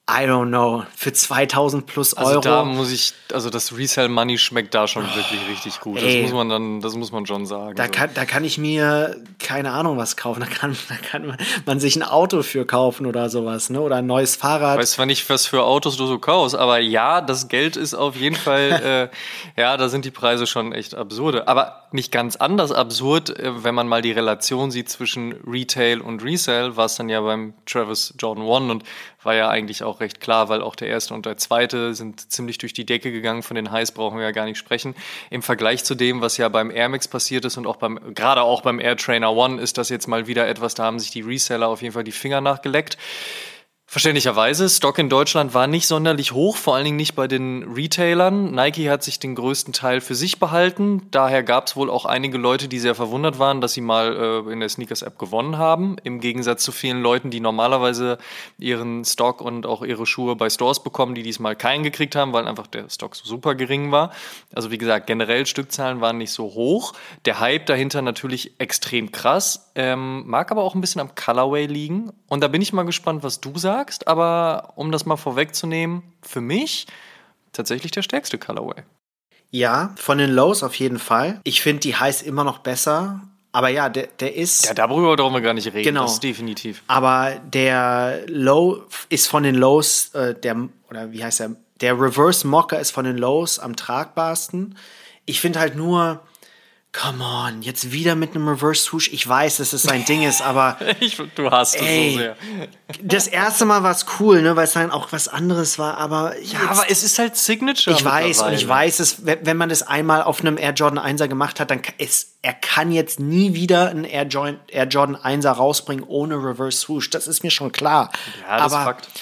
I don't know, für zweitausend plus Euro. Also da muss ich, also das Resale Money schmeckt da schon oh, wirklich richtig gut. Das ey, muss man dann, das muss man schon sagen. Da, so. kann, da kann ich mir, keine Ahnung, was kaufen. Da kann, da kann man sich ein Auto für kaufen oder sowas, ne? Oder ein neues Fahrrad. Ich weiß zwar nicht, was für Autos du so kaufst, aber ja, das Geld ist auf jeden Fall, äh, ja, da sind die Preise schon echt absurde. Aber nicht ganz anders absurd, äh, wenn man mal die Relation sieht zwischen Retail und Resale, war es dann ja beim Travis Jordan One und war ja eigentlich auch recht klar, weil auch der erste und der zweite sind ziemlich durch die Decke gegangen. Von den Highs brauchen wir ja gar nicht sprechen. Im Vergleich zu dem, was ja beim Air Max passiert ist und auch beim, gerade auch beim Air Trainer One, ist das jetzt mal wieder etwas, da haben sich die Reseller auf jeden Fall die Finger nachgeleckt. Verständlicherweise, Stock in Deutschland war nicht sonderlich hoch, vor allen Dingen nicht bei den Retailern. Nike hat sich den größten Teil für sich behalten. Daher gab es wohl auch einige Leute, die sehr verwundert waren, dass sie mal äh, in der Sneakers-App gewonnen haben. Im Gegensatz zu vielen Leuten, die normalerweise ihren Stock und auch ihre Schuhe bei Stores bekommen, die diesmal keinen gekriegt haben, weil einfach der Stock so super gering war. Also wie gesagt, generell Stückzahlen waren nicht so hoch. Der Hype dahinter natürlich extrem krass, ähm, mag aber auch ein bisschen am Colorway liegen. Und da bin ich mal gespannt, was du sagst. Aber um das mal vorwegzunehmen, für mich tatsächlich der stärkste Colorway. Ja, von den Lows auf jeden Fall. Ich finde die Highs immer noch besser. Aber ja, der, der ist... Ja, darüber brauchen wir gar nicht reden. Genau. Das ist definitiv. Aber der Low ist von den Lows, äh, der, oder wie heißt der? Der Reverse Mocker ist von den Lows am tragbarsten. Ich finde halt nur... Come on, jetzt wieder mit einem Reverse Swoosh. Ich weiß, dass es sein Ding ist, aber... ich, du hast es ey, so sehr. Das erste Mal war es cool, ne, weil es dann auch was anderes war, aber... Ja, jetzt, aber es ist halt Signature. Ich weiß, und ich weiß, es, wenn man das einmal auf einem Air Jordan Einser gemacht hat, dann ist, er kann jetzt nie wieder einen Air, Joint, Air Jordan Einser rausbringen ohne Reverse Swoosh. Das ist mir schon klar. Ja, das aber, ist Fakt.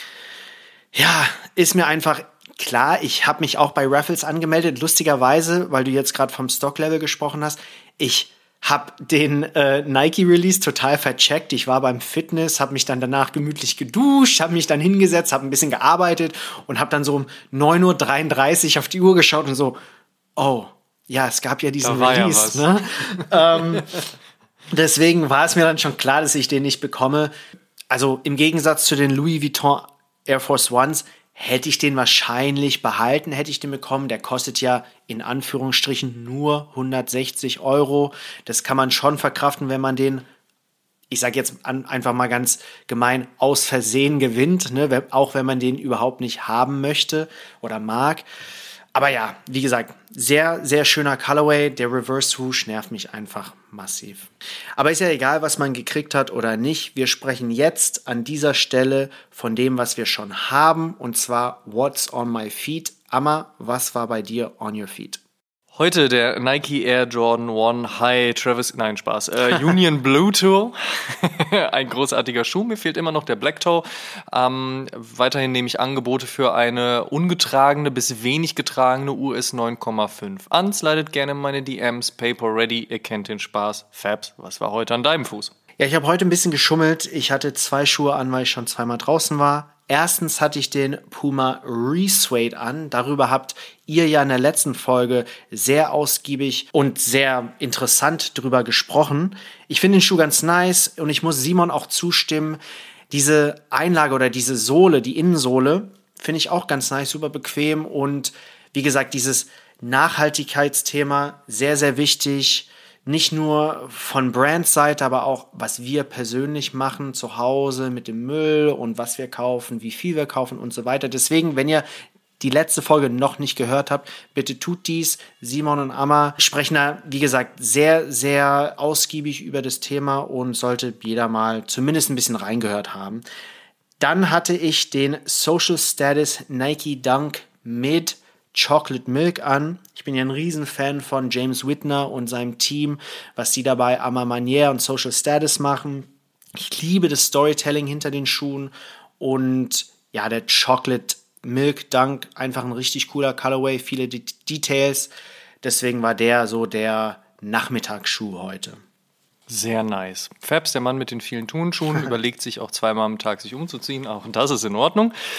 Ja, ist mir einfach... Klar, ich habe mich auch bei Raffles angemeldet, lustigerweise, weil du jetzt gerade vom Stock-Level gesprochen hast. Ich habe den äh, Nike-Release total vercheckt. Ich war beim Fitness, habe mich dann danach gemütlich geduscht, habe mich dann hingesetzt, habe ein bisschen gearbeitet und habe dann so um neun Uhr dreiunddreißig auf die Uhr geschaut und so, oh, ja, es gab ja diesen Release. Ja, ne? ähm, deswegen war es mir dann schon klar, dass ich den nicht bekomme. Also im Gegensatz zu den Louis Vuitton Air Force Ones hätte ich den wahrscheinlich behalten, hätte ich den bekommen. Der kostet ja in Anführungsstrichen nur hundertsechzig Euro. Das kann man schon verkraften, wenn man den, ich sage jetzt an, einfach mal ganz gemein, aus Versehen gewinnt, ne? Auch wenn man den überhaupt nicht haben möchte oder mag. Aber ja, wie gesagt, sehr, sehr schöner Colorway. Der Reverse Swoosh nervt mich einfach massiv. Aber ist ja egal, was man gekriegt hat oder nicht. Wir sprechen jetzt an dieser Stelle von dem, was wir schon haben. Und zwar What's on my feet. Amma, was war bei dir on your feet? Heute der Nike Air Jordan One High Travis, nein, Spaß, äh, Union Blue Toe, ein großartiger Schuh, mir fehlt immer noch der Black Toe. Ähm, weiterhin nehme ich Angebote für eine ungetragene bis wenig getragene U S neun Komma fünf an, slidet gerne in meine D Ms, Paper Ready, ihr kennt den Spaß. Fabs, was war heute an deinem Fuß? Ja, ich habe heute ein bisschen geschummelt, ich hatte zwei Schuhe an, weil ich schon zweimal draußen war. Erstens hatte ich den Puma Resuede an. Darüber habt ihr ja in der letzten Folge sehr ausgiebig und sehr interessant drüber gesprochen. Ich finde den Schuh ganz nice und ich muss Simon auch zustimmen. Diese Einlage oder diese Sohle, die Innensohle, finde ich auch ganz nice, super bequem. Und wie gesagt, dieses Nachhaltigkeitsthema, sehr, sehr wichtig. Nicht nur von Brandseite, aber auch, was wir persönlich machen zu Hause mit dem Müll und was wir kaufen, wie viel wir kaufen und so weiter. Deswegen, wenn ihr die letzte Folge noch nicht gehört habt, bitte tut dies. Simon und Amma sprechen da, wie gesagt, sehr, sehr ausgiebig über das Thema und sollte jeder mal zumindest ein bisschen reingehört haben. Dann hatte ich den Social Status Nike Dunk mit Chocolate Milk an. Ich bin ja ein Riesenfan von James Whitner und seinem Team, was sie dabei à ma Manière und Social Status machen. Ich liebe das Storytelling hinter den Schuhen und ja, der Chocolate Milk Dunk, einfach ein richtig cooler Colorway, viele De- Details. Deswegen war der so der Nachmittagsschuh heute. Sehr nice. Fabs, der Mann mit den vielen Turnschuhen, überlegt sich auch zweimal am Tag, sich umzuziehen. Auch das ist in Ordnung.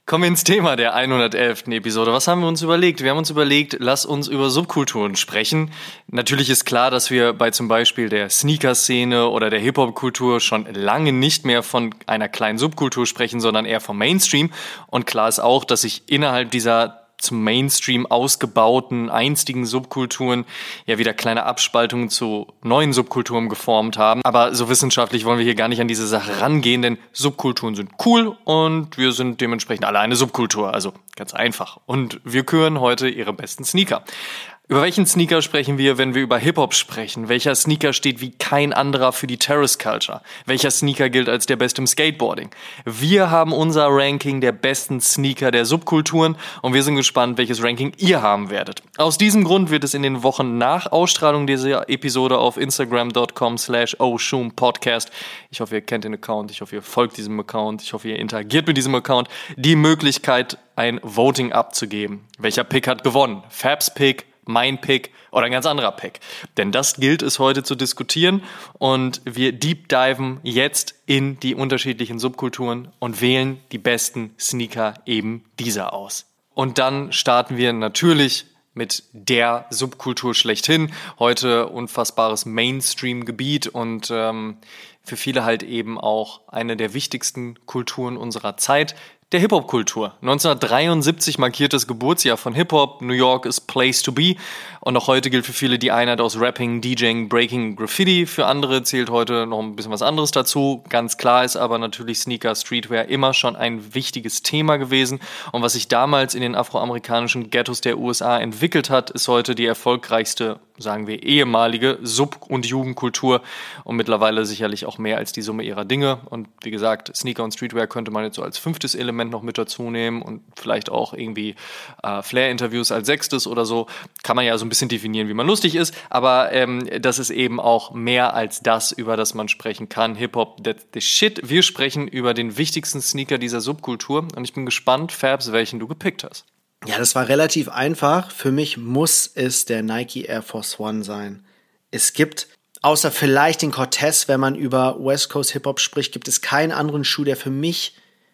Kommen wir ins Thema der hundertelften Episode. Was haben wir uns überlegt? Wir haben uns überlegt, lass uns über Subkulturen sprechen. Natürlich ist klar, dass wir bei zum Beispiel der Sneaker-Szene oder der Hip-Hop-Kultur schon lange nicht mehr von einer kleinen Subkultur sprechen, sondern eher vom Mainstream. Und klar ist auch, dass sich innerhalb dieser zum Mainstream ausgebauten, einstigen Subkulturen ja wieder kleine Abspaltungen zu neuen Subkulturen geformt haben. Aber so wissenschaftlich wollen wir hier gar nicht an diese Sache rangehen, denn Subkulturen sind cool und wir sind dementsprechend alle eine Subkultur. Also ganz einfach. Und wir küren heute ihre besten Sneaker. Über welchen Sneaker sprechen wir, wenn wir über Hip-Hop sprechen? Welcher Sneaker steht wie kein anderer für die Terrace Culture? Welcher Sneaker gilt als der Beste im Skateboarding? Wir haben unser Ranking der besten Sneaker der Subkulturen und wir sind gespannt, welches Ranking ihr haben werdet. Aus diesem Grund wird es in den Wochen nach Ausstrahlung dieser Episode auf instagram dot com slash oshun podcast, ich hoffe, ihr kennt den Account, ich hoffe, ihr folgt diesem Account, ich hoffe, ihr interagiert mit diesem Account, die Möglichkeit, ein Voting abzugeben. Welcher Pick hat gewonnen? Fabs Pick, mein Pick oder ein ganz anderer Pick. Denn das gilt es heute zu diskutieren und wir deep diven jetzt in die unterschiedlichen Subkulturen und wählen die besten Sneaker eben dieser aus. Und dann starten wir natürlich mit der Subkultur schlechthin. Heute unfassbares Mainstream-Gebiet und ähm, für viele halt eben auch eine der wichtigsten Kulturen unserer Zeit, der Hip-Hop-Kultur. neunzehnhundertdreiundsiebzig markiert das Geburtsjahr von Hip-Hop. New York is place to be. Und auch heute gilt für viele die Einheit aus Rapping, DJing, Breaking, Graffiti. Für andere zählt heute noch ein bisschen was anderes dazu. Ganz klar ist aber natürlich Sneaker, Streetwear immer schon ein wichtiges Thema gewesen. Und was sich damals in den afroamerikanischen Ghettos der U S A entwickelt hat, ist heute die erfolgreichste, sagen wir, ehemalige Sub- und Jugendkultur und mittlerweile sicherlich auch mehr als die Summe ihrer Dinge. Und wie gesagt, Sneaker und Streetwear könnte man jetzt so als fünftes Element noch mit dazu nehmen und vielleicht auch irgendwie äh, Flair-Interviews als sechstes oder so. Kann man ja so ein bisschen definieren, wie man lustig ist, aber ähm, das ist eben auch mehr als das, über das man sprechen kann. Hip-Hop, that's the shit. Wir sprechen über den wichtigsten Sneaker dieser Subkultur und ich bin gespannt, Fabs, welchen du gepickt hast. Ja, das war relativ einfach. Für mich muss es der Nike Air Force One sein. Es gibt, außer vielleicht den Cortez, wenn man über West Coast Hip-Hop spricht, gibt es keinen anderen Schuh, der für mich,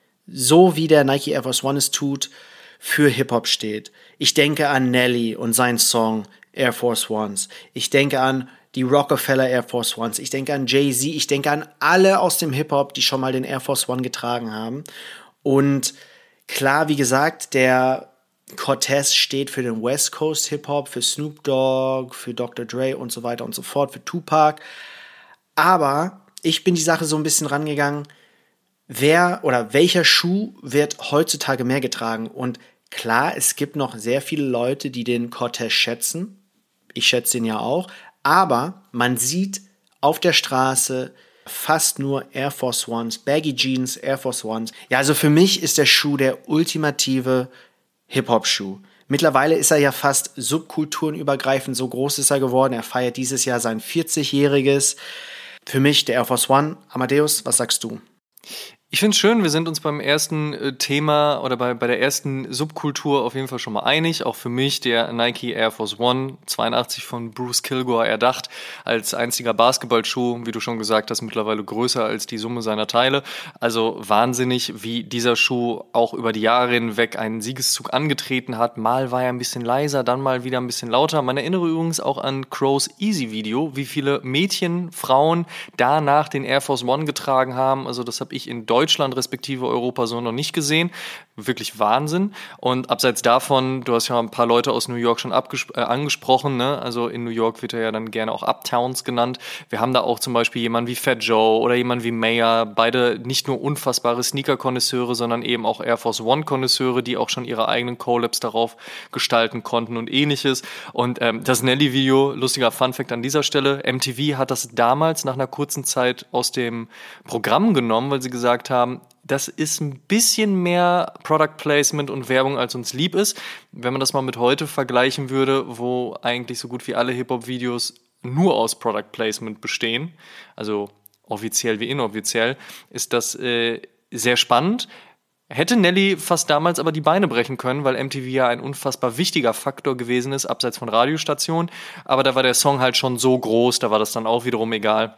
so wie der Nike Air Force One es tut, für Hip-Hop steht. Ich denke an Nelly und seinen Song Air Force Ones. Ich denke an die Rockefeller Air Force Ones. Ich denke an Jay-Z. Ich denke an alle aus dem Hip-Hop, die schon mal den Air Force One getragen haben. Und klar, wie gesagt, der Cortez steht für den West Coast Hip-Hop, für Snoop Dogg, für Doktor Dre und so weiter und so fort, für Tupac. Aber ich bin die Sache so ein bisschen rangegangen, wer oder welcher Schuh wird heutzutage mehr getragen? Und klar, es gibt noch sehr viele Leute, die den Cortez schätzen. Ich schätze ihn ja auch. Aber man sieht auf der Straße fast nur Air Force Ones, Baggy Jeans, Air Force Ones. Ja, also für mich ist der Schuh der ultimative Hip-Hop-Schuh. Mittlerweile ist er ja fast subkulturenübergreifend, so groß ist er geworden. Er feiert dieses Jahr sein vierzigjähriges. Für mich der Air Force One. Amadeus, was sagst du? Ich finde es schön, wir sind uns beim ersten äh, Thema oder bei, bei der ersten Subkultur auf jeden Fall schon mal einig. Auch für mich der Nike Air Force One, zweiundachtzig von Bruce Kilgore erdacht, als einziger Basketballschuh, wie du schon gesagt hast, mittlerweile größer als die Summe seiner Teile. Also wahnsinnig, wie dieser Schuh auch über die Jahre hinweg einen Siegeszug angetreten hat. Mal war er ein bisschen leiser, dann mal wieder ein bisschen lauter. Man erinnere übrigens auch an Crows Easy Video, wie viele Mädchen, Frauen danach den Air Force One getragen haben. Also das habe ich in Deutschland Deutschland respektive Europa so noch nicht gesehen. Wirklich Wahnsinn. Und abseits davon, du hast ja ein paar Leute aus New York schon abges- äh, angesprochen, ne? Also in New York wird er ja dann gerne auch Uptowns genannt. Wir haben da auch zum Beispiel jemanden wie Fat Joe oder jemanden wie Mayer, beide nicht nur unfassbare Sneaker-Konnoisseure, sondern eben auch Air Force One-Konnoisseure, die auch schon ihre eigenen Collabs darauf gestalten konnten und ähnliches. Und ähm, das Nelly-Video, lustiger Funfact an dieser Stelle, M T V hat das damals nach einer kurzen Zeit aus dem Programm genommen, weil sie gesagt haben, das ist ein bisschen mehr Product Placement und Werbung, als uns lieb ist. Wenn man das mal mit heute vergleichen würde, wo eigentlich so gut wie alle Hip-Hop-Videos nur aus Product Placement bestehen, also offiziell wie inoffiziell, ist das äh, sehr spannend. Hätte Nelly fast damals aber die Beine brechen können, weil M T V ja ein unfassbar wichtiger Faktor gewesen ist, abseits von Radiostationen. Aber da war der Song halt schon so groß, da war das dann auch wiederum egal.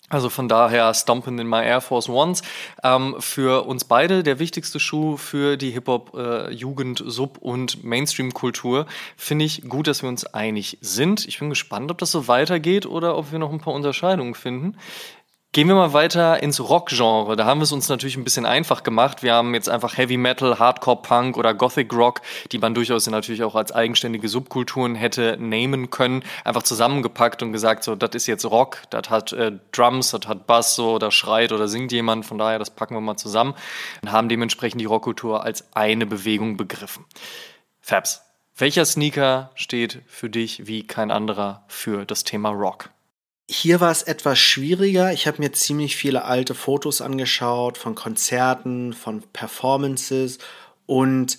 Also von daher Stompin' in my Air Force Ones. Ähm, für uns beide der wichtigste Schuh für die Hip-Hop, äh, Jugend, Sub- und Mainstream-Kultur. Finde ich gut, dass wir uns einig sind. Ich bin gespannt, ob das so weitergeht oder ob wir noch ein paar Unterscheidungen finden. Gehen wir mal weiter ins Rock-Genre. Da haben wir es uns natürlich ein bisschen einfach gemacht. Wir haben jetzt einfach Heavy Metal, Hardcore Punk oder Gothic Rock, die man durchaus natürlich auch als eigenständige Subkulturen hätte namen können, einfach zusammengepackt und gesagt, so, das ist jetzt Rock, das hat äh, Drums, das hat Bass, so, da schreit oder singt jemand. Von daher, das packen wir mal zusammen und haben dementsprechend die Rockkultur als eine Bewegung begriffen. Fabs, welcher Sneaker steht für dich wie kein anderer für das Thema Rock? Hier war es etwas schwieriger. Ich habe mir ziemlich viele alte Fotos angeschaut von Konzerten, von Performances und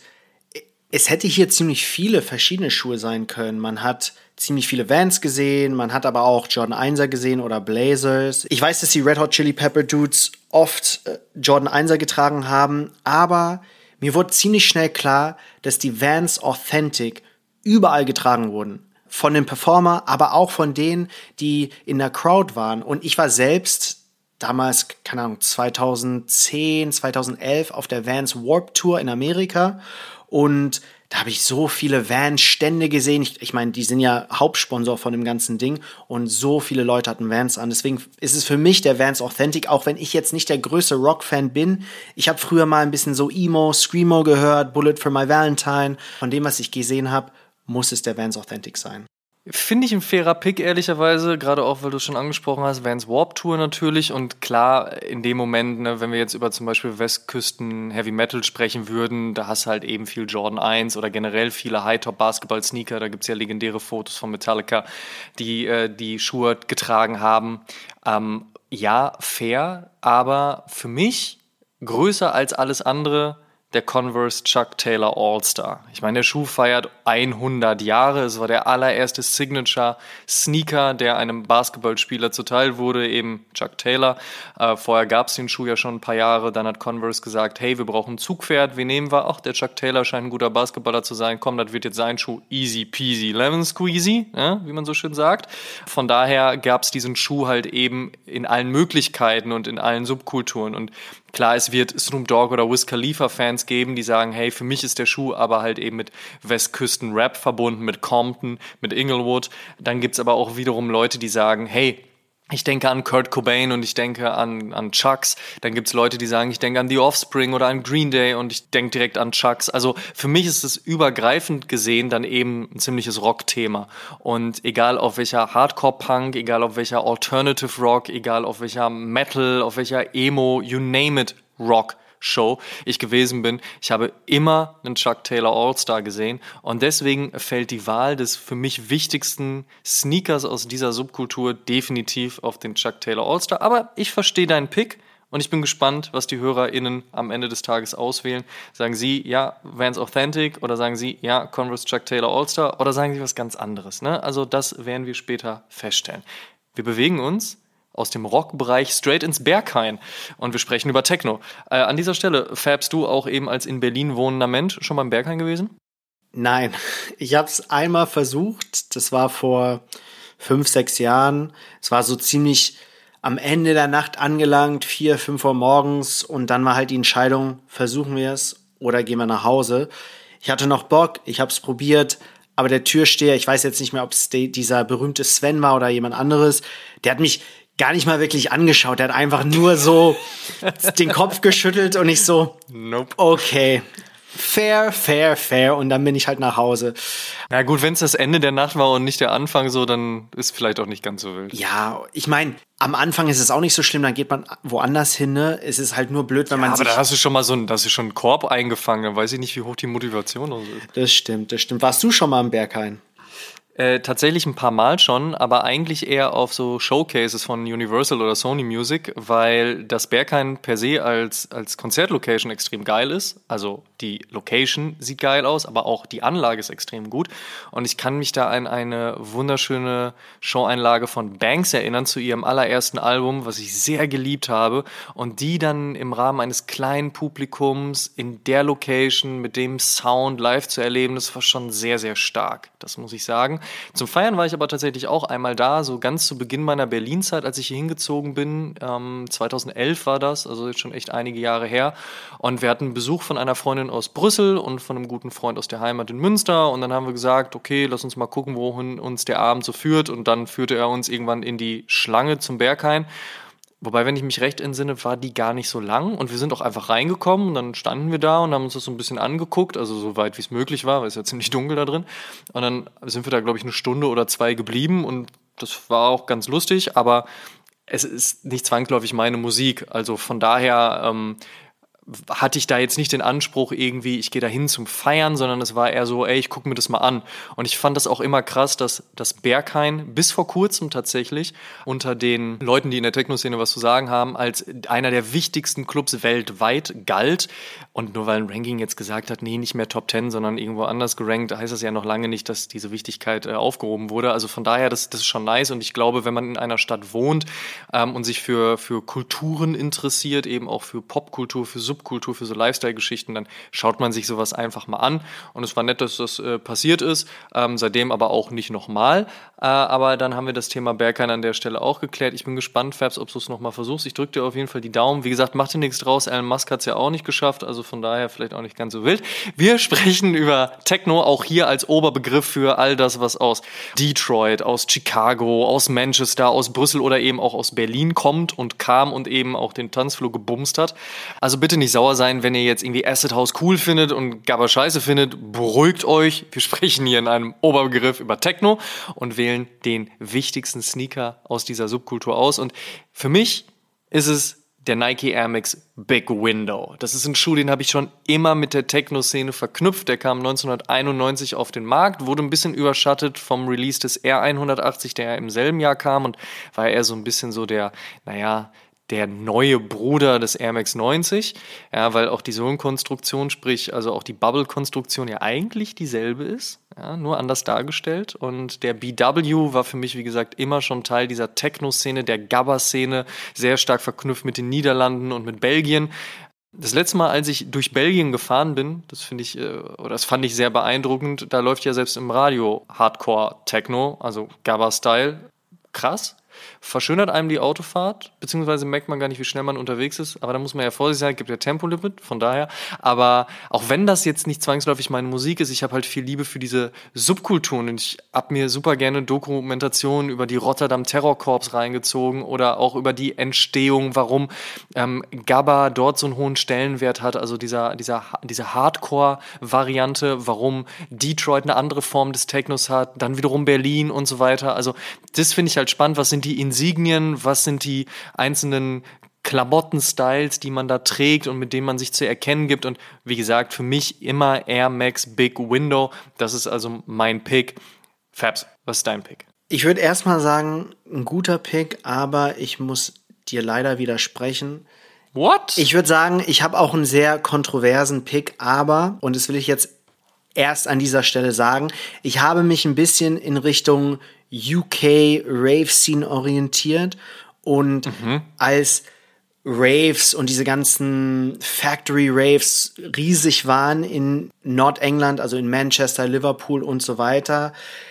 es hätte hier ziemlich viele verschiedene Schuhe sein können. Man hat ziemlich viele Vans gesehen, man hat aber auch Jordan Einser gesehen oder Blazers. Ich weiß, dass die Red Hot Chili Pepper Dudes oft äh, Jordan Einser getragen haben, aber mir wurde ziemlich schnell klar, dass die Vans Authentic überall getragen wurden. Von dem Performer, aber auch von denen, die in der Crowd waren. Und ich war selbst damals, keine Ahnung, zweitausendzehn, zweitausendelf auf der Vans Warped Tour in Amerika. Und da habe ich so viele Vans-Stände gesehen. Ich, ich meine, die sind ja Hauptsponsor von dem ganzen Ding. Und so viele Leute hatten Vans an. Deswegen ist es für mich der Vans Authentic, auch wenn ich jetzt nicht der größte Rock-Fan bin. Ich habe früher mal ein bisschen so Emo, Screamo gehört, Bullet for My Valentine. Von dem, was ich gesehen habe, muss es der Vans Authentic sein. Finde ich ein fairer Pick, ehrlicherweise, gerade auch, weil du es schon angesprochen hast, Vans Warped Tour natürlich und klar, in dem Moment, ne, wenn wir jetzt über zum Beispiel Westküsten Heavy Metal sprechen würden, da hast du halt eben viel Jordan eins oder generell viele High-Top-Basketball-Sneaker, da gibt's ja legendäre Fotos von Metallica, die äh, die Schuhe getragen haben. Ähm, ja, fair, aber für mich größer als alles andere der Converse Chuck Taylor All-Star. Ich meine, der Schuh feiert hundert Jahre. Es war der allererste Signature-Sneaker, der einem Basketballspieler zuteil wurde, eben Chuck Taylor. Äh, vorher gab es den Schuh ja schon ein paar Jahre. Dann hat Converse gesagt, hey, wir brauchen ein Zugpferd. Wen nehmen wir? Ach, der Chuck Taylor scheint ein guter Basketballer zu sein. Komm, das wird jetzt sein Schuh. Easy peasy, lemon squeezy, ja, wie man so schön sagt. Von daher gab es diesen Schuh halt eben in allen Möglichkeiten und in allen Subkulturen. Und klar, es wird Snoop Dogg oder Wiz Khalifa-Fans geben, die sagen, hey, für mich ist der Schuh aber halt eben mit Westküsten-Rap verbunden, mit Compton, mit Inglewood. Dann gibt's aber auch wiederum Leute, die sagen, hey, ich denke an Kurt Cobain und ich denke an, an Chucks. Dann gibt's Leute, die sagen, ich denke an The Offspring oder an Green Day und ich denke direkt an Chucks. Also für mich ist es übergreifend gesehen dann eben ein ziemliches Rock-Thema. Und egal auf welcher Hardcore-Punk, egal auf welcher Alternative Rock, egal auf welcher Metal, auf welcher Emo, you name it, Rock Show ich gewesen bin, ich habe immer einen Chuck Taylor All-Star gesehen und deswegen fällt die Wahl des für mich wichtigsten Sneakers aus dieser Subkultur definitiv auf den Chuck Taylor All-Star, aber ich verstehe deinen Pick und ich bin gespannt, was die HörerInnen am Ende des Tages auswählen. Sagen sie, ja, Vans Authentic oder sagen sie, ja, Converse Chuck Taylor All-Star oder sagen sie was ganz anderes, ne? Also das werden wir später feststellen. Wir bewegen uns aus dem Rockbereich straight ins Berghain. Und wir sprechen über Techno. Äh, an dieser Stelle, Fabst du auch eben als in Berlin wohnender Mensch schon beim Berghain gewesen? Nein, ich habe es einmal versucht. Das war vor fünf, sechs Jahren. Es war so ziemlich am Ende der Nacht angelangt, vier, fünf Uhr morgens. Und dann war halt die Entscheidung, versuchen wir es oder gehen wir nach Hause. Ich hatte noch Bock, ich habe es probiert. Aber der Türsteher, ich weiß jetzt nicht mehr, ob es dieser berühmte Sven war oder jemand anderes, der hat mich gar nicht mal wirklich angeschaut. Der hat einfach nur so den Kopf geschüttelt und ich so, nope. Okay, fair, fair, fair. Und dann bin ich halt nach Hause. Na gut, wenn es das Ende der Nacht war und nicht der Anfang so, dann ist vielleicht auch nicht ganz so wild. Ja, ich meine, am Anfang ist es auch nicht so schlimm, dann geht man woanders hin, ne? Es ist halt nur blöd, wenn ja, man aber sich... Aber da hast du schon mal so einen, da hast du schon einen Korb eingefangen, dann weiß ich nicht, wie hoch die Motivation ist. Das stimmt, das stimmt. Warst du schon mal am Berghain? Äh, tatsächlich ein paar Mal schon, aber eigentlich eher auf so Showcases von Universal oder Sony Music, weil das Berghain per se als, als Konzertlocation extrem geil ist. Also die Location sieht geil aus, aber auch die Anlage ist extrem gut. Und ich kann mich da an eine wunderschöne Showeinlage von Banks erinnern zu ihrem allerersten Album, was ich sehr geliebt habe. Und die dann im Rahmen eines kleinen Publikums in der Location mit dem Sound live zu erleben, das war schon sehr, sehr stark. Das muss ich sagen. Zum Feiern war ich aber tatsächlich auch einmal da, so ganz zu Beginn meiner Berlin-Zeit, als ich hier hingezogen bin. Ähm, zweitausendelf war das, also jetzt schon echt einige Jahre her. Und wir hatten Besuch von einer Freundin aus Brüssel und von einem guten Freund aus der Heimat in Münster. Und dann haben wir gesagt, okay, lass uns mal gucken, wohin uns der Abend so führt. Und dann führte er uns irgendwann in die Schlange zum Berghain. Wobei, wenn ich mich recht entsinne, war die gar nicht so lang und wir sind auch einfach reingekommen und dann standen wir da und haben uns das so ein bisschen angeguckt, also so weit wie es möglich war, weil es ja ziemlich dunkel da drin. Und dann sind wir da, glaube ich, eine Stunde oder zwei geblieben und das war auch ganz lustig, aber es ist nicht zwangsläufig meine Musik. Also von daher ähm, hatte ich da jetzt nicht den Anspruch irgendwie, ich gehe da hin zum Feiern, sondern es war eher so, ey, ich gucke mir das mal an. Und ich fand das auch immer krass, dass das Berghain bis vor kurzem tatsächlich unter den Leuten, die in der Techno-Szene was zu sagen haben, als einer der wichtigsten Clubs weltweit galt. Und nur weil ein Ranking jetzt gesagt hat, nee, nicht mehr Top Ten, sondern irgendwo anders gerankt, heißt das ja noch lange nicht, dass diese Wichtigkeit äh, aufgehoben wurde. Also von daher, das, das ist schon nice. Und ich glaube, wenn man in einer Stadt wohnt ähm, und sich für, für Kulturen interessiert, eben auch für Popkultur, für Subkultur, für so Lifestyle-Geschichten, dann schaut man sich sowas einfach mal an. Und es war nett, dass das äh, passiert ist, ähm, seitdem aber auch nicht nochmal. Äh, aber dann haben wir das Thema Berghain an der Stelle auch geklärt. Ich bin gespannt, Fabs, ob du es nochmal versuchst. Ich drücke dir auf jeden Fall die Daumen. Wie gesagt, mach dir nichts draus. Elon Musk hat es ja auch nicht geschafft, also von daher vielleicht auch nicht ganz so wild. Wir sprechen über Techno, auch hier als Oberbegriff für all das, was aus Detroit, aus Chicago, aus Manchester, aus Brüssel oder eben auch aus Berlin kommt und kam und eben auch den Tanzflur gebumst hat. Also bitte nicht sauer sein, wenn ihr jetzt irgendwie Acid House cool findet und Gabba scheiße findet. Beruhigt euch. Wir sprechen hier in einem Oberbegriff über Techno und wählen den wichtigsten Sneaker aus dieser Subkultur aus. Und für mich ist es der Nike Air Max Big Window. Das ist ein Schuh, den habe ich schon immer mit der Techno-Szene verknüpft. Der kam neunzehnhunderteinundneunzig auf den Markt, wurde ein bisschen überschattet vom Release des R hundertachtzig, der ja im selben Jahr kam und war eher so ein bisschen so der, naja, der neue Bruder des Air Max neunzig, ja, weil auch die Sohlenkonstruktion, sprich also auch die Bubble-Konstruktion ja eigentlich dieselbe ist, ja, nur anders dargestellt. Und der B W war für mich, wie gesagt, immer schon Teil dieser Techno-Szene, der Gabba-Szene, sehr stark verknüpft mit den Niederlanden und mit Belgien. Das letzte Mal, als ich durch Belgien gefahren bin, das finde ich, oder das fand ich sehr beeindruckend, da läuft ja selbst im Radio Hardcore-Techno, also Gabba-Style, krass. Verschönert einem die Autofahrt, beziehungsweise merkt man gar nicht, wie schnell man unterwegs ist, aber da muss man ja vorsichtig sein, es gibt ja Tempolimit, von daher, aber auch wenn das jetzt nicht zwangsläufig meine Musik ist, ich habe halt viel Liebe für diese Subkulturen und ich habe mir super gerne Dokumentationen über die Rotterdam Terror Corps reingezogen oder auch über die Entstehung, warum ähm, Gabba dort so einen hohen Stellenwert hat, also dieser, dieser, diese Hardcore-Variante, warum Detroit eine andere Form des Technos hat, dann wiederum Berlin und so weiter, also das finde ich halt spannend, was sind die Insignien, was sind die einzelnen Klamotten-Styles, die man da trägt und mit denen man sich zu erkennen gibt. Und wie gesagt, für mich immer Air Max Big Window. Das ist also mein Pick. Fabs, was ist dein Pick? Ich würde erstmal sagen, ein guter Pick, aber ich muss dir leider widersprechen. What? Ich würde sagen, ich habe auch einen sehr kontroversen Pick, aber, und das will ich jetzt erst an dieser Stelle sagen, ich habe mich ein bisschen in Richtung U K Rave-Scene orientiert und mhm. als Raves und diese ganzen Factory-Raves riesig waren in Nordengland, also in Manchester, Liverpool und so weiter,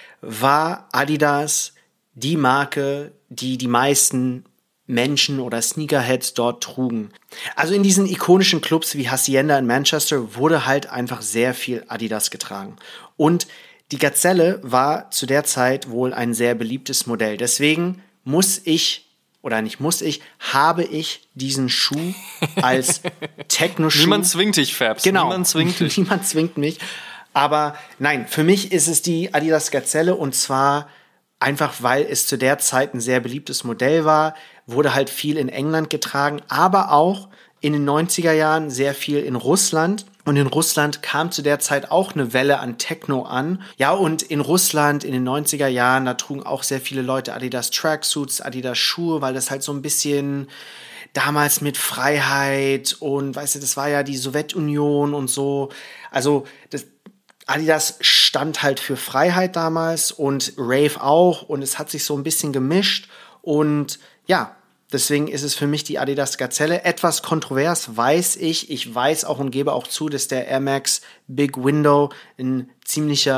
war Adidas die Marke, die die meisten Menschen oder Sneakerheads dort trugen. Also in diesen ikonischen Clubs wie Hacienda in Manchester wurde halt einfach sehr viel Adidas getragen. Und die Gazelle war zu der Zeit wohl ein sehr beliebtes Modell. Deswegen muss ich, oder nicht muss ich, habe ich diesen Schuh als Techno-Schuh. Niemand zwingt dich, Fabs. Genau. Niemand zwingt dich. Niemand zwingt mich. Aber nein, für mich ist es die Adidas Gazelle und zwar einfach, weil es zu der Zeit ein sehr beliebtes Modell war, wurde halt viel in England getragen, aber auch in den neunziger Jahren sehr viel in Russland. Und in Russland kam zu der Zeit auch eine Welle an Techno an. Ja, und in Russland in den neunziger Jahren, da trugen auch sehr viele Leute Adidas Tracksuits, Adidas Schuhe, weil das halt so ein bisschen damals mit Freiheit und, weißt du, das war ja die Sowjetunion und so. Also das, Adidas stand halt für Freiheit damals und Rave auch und es hat sich so ein bisschen gemischt und ja, deswegen ist es für mich die Adidas Gazelle. Etwas kontrovers, weiß ich. Ich weiß auch und gebe auch zu, dass der Air Max Big Window ein ziemlicher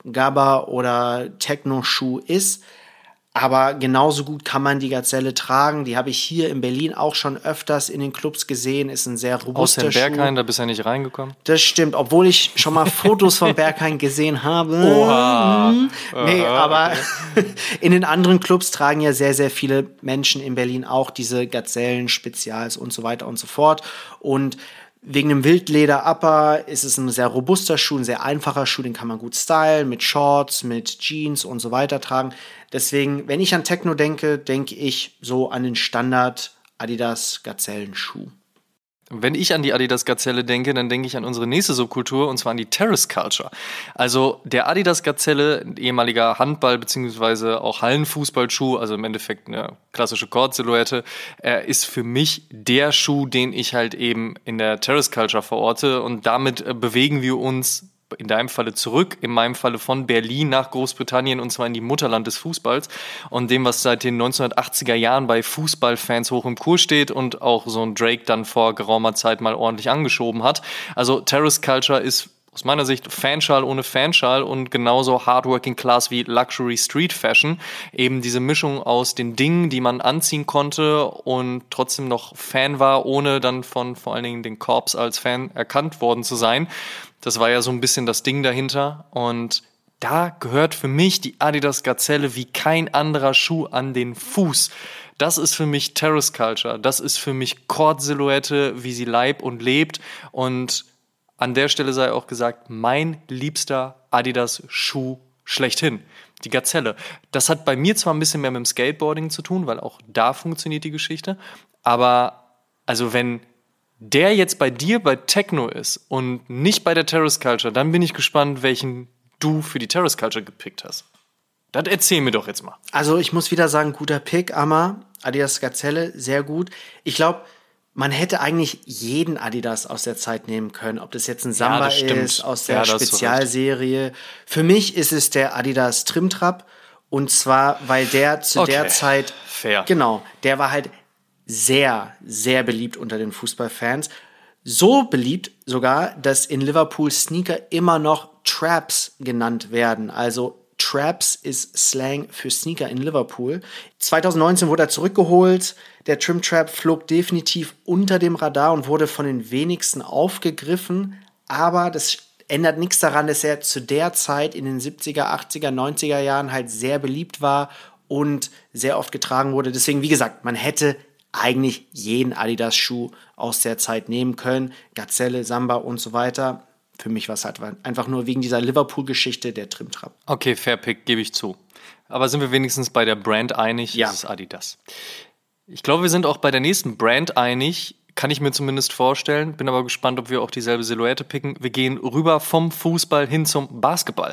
Gabba oder Techno-Schuh ist. Aber genauso gut kann man die Gazelle tragen. Die habe ich hier in Berlin auch schon öfters in den Clubs gesehen. Ist ein sehr robuster Schuh. Aus dem Berghain, da bist du ja nicht reingekommen. Das stimmt, obwohl ich schon mal Fotos vom Berghain gesehen habe. Oha. Nee, Aha, aber okay. In den anderen Clubs tragen ja sehr, sehr viele Menschen in Berlin auch diese Gazellen, Spezials und so weiter und so fort. Und wegen dem Wildleder-Upper ist es ein sehr robuster Schuh, ein sehr einfacher Schuh, den kann man gut stylen, mit Shorts, mit Jeans und so weiter tragen. Deswegen, wenn ich an Techno denke, denke ich so an den Standard Adidas Gazellenschuh. Wenn ich an die Adidas Gazelle denke, dann denke ich an unsere nächste Subkultur, und zwar an die Terrace Culture. Also der Adidas Gazelle, ehemaliger Handball- bzw. auch Hallenfußballschuh, also im Endeffekt eine klassische Kord-Silhouette, äh, ist für mich der Schuh, den ich halt eben in der Terrace Culture verorte, und damit äh, bewegen wir uns in deinem Falle zurück, in meinem Falle von Berlin nach Großbritannien, und zwar in die Mutterland des Fußballs und dem, was seit den neunzehnhundertachtziger Jahren bei Fußballfans hoch im Kurs steht und auch so ein Drake dann vor geraumer Zeit mal ordentlich angeschoben hat. Also Terrace Culture ist aus meiner Sicht Fanschal ohne Fanschal und genauso Hardworking Class wie Luxury Street Fashion. Eben diese Mischung aus den Dingen, die man anziehen konnte und trotzdem noch Fan war, ohne dann von vor allen Dingen den Korps als Fan erkannt worden zu sein. Das war ja so ein bisschen das Ding dahinter, und da gehört für mich die Adidas Gazelle wie kein anderer Schuh an den Fuß. Das ist für mich Terrace Culture, das ist für mich Kord-Silhouette, wie sie leib und lebt, und an der Stelle sei auch gesagt, mein liebster Adidas-Schuh schlechthin, die Gazelle. Das hat bei mir zwar ein bisschen mehr mit dem Skateboarding zu tun, weil auch da funktioniert die Geschichte, aber also wenn der jetzt bei dir bei Techno ist und nicht bei der Terrace Culture, dann bin ich gespannt, welchen du für die Terrace Culture gepickt hast. Das erzähl mir doch jetzt mal. Also ich muss wieder sagen, guter Pick, Amma. Adidas Gazelle, sehr gut. Ich glaube, man hätte eigentlich jeden Adidas aus der Zeit nehmen können. Ob das jetzt ein Samba ja, ist, aus der ja, Spezialserie. Für mich ist es der Adidas Trimtrap. Und zwar, weil der zu okay. der Zeit... Fair. Genau, der war halt sehr, sehr beliebt unter den Fußballfans. So beliebt sogar, dass in Liverpool Sneaker immer noch Traps genannt werden. Also Traps ist Slang für Sneaker in Liverpool. zwanzig neunzehn wurde er zurückgeholt. Der Trimtrap flog definitiv unter dem Radar und wurde von den wenigsten aufgegriffen. Aber das ändert nichts daran, dass er zu der Zeit in den siebziger, achtziger, neunziger Jahren halt sehr beliebt war und sehr oft getragen wurde. Deswegen, wie gesagt, man hätte eigentlich jeden Adidas-Schuh aus der Zeit nehmen können. Gazelle, Samba und so weiter. Für mich war es halt einfach nur wegen dieser Liverpool-Geschichte der Trimtrap. Okay, fair Pick, gebe ich zu. Aber sind wir wenigstens bei der Brand einig? Ja. Das ist Adidas. Ich glaube, wir sind auch bei der nächsten Brand einig. Kann ich mir zumindest vorstellen. Bin aber gespannt, ob wir auch dieselbe Silhouette picken. Wir gehen rüber vom Fußball hin zum Basketball.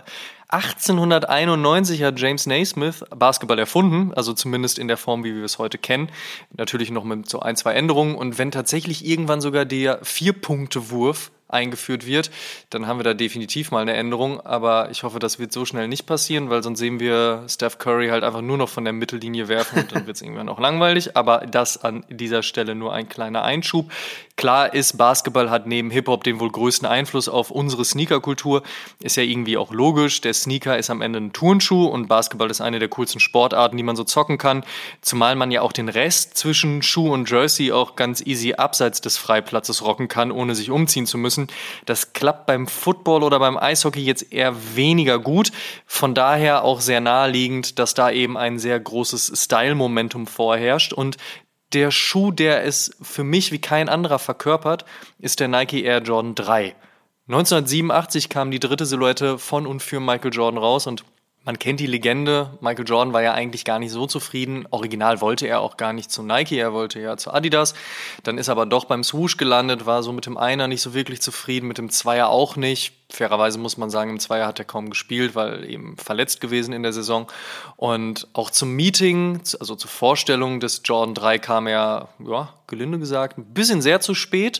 achtzehnhunderteinundneunzig hat James Naismith Basketball erfunden, also zumindest in der Form, wie wir es heute kennen. Natürlich noch mit so ein, zwei Änderungen. Und wenn tatsächlich irgendwann sogar der Vier-Punkte-Wurf eingeführt wird, dann haben wir da definitiv mal eine Änderung, aber ich hoffe, das wird so schnell nicht passieren, weil sonst sehen wir Steph Curry halt einfach nur noch von der Mittellinie werfen und dann wird es irgendwann auch langweilig, aber das an dieser Stelle nur ein kleiner Einschub. Klar ist, Basketball hat neben Hip-Hop den wohl größten Einfluss auf unsere Sneakerkultur, ist ja irgendwie auch logisch, der Sneaker ist am Ende ein Turnschuh und Basketball ist eine der coolsten Sportarten, die man so zocken kann, zumal man ja auch den Rest zwischen Schuh und Jersey auch ganz easy abseits des Freiplatzes rocken kann, ohne sich umziehen zu müssen. Das klappt beim Football oder beim Eishockey jetzt eher weniger gut. Von daher auch sehr naheliegend, dass da eben ein sehr großes Style-Momentum vorherrscht. Und der Schuh, der es für mich wie kein anderer verkörpert, ist der Nike Air Jordan drei. neunzehnhundertsiebenundachtzig kam die dritte Silhouette von und für Michael Jordan raus und man kennt die Legende, Michael Jordan war ja eigentlich gar nicht so zufrieden. Original wollte er auch gar nicht zu Nike, er wollte ja zu Adidas. Dann ist er aber doch beim Swoosh gelandet, war so mit dem Einer nicht so wirklich zufrieden, mit dem Zweier auch nicht. Fairerweise muss man sagen, im Zweier hat er kaum gespielt, weil eben verletzt gewesen in der Saison. Und auch zum Meeting, also zur Vorstellung des Jordan drei kam er, ja, gelinde gesagt, ein bisschen sehr zu spät.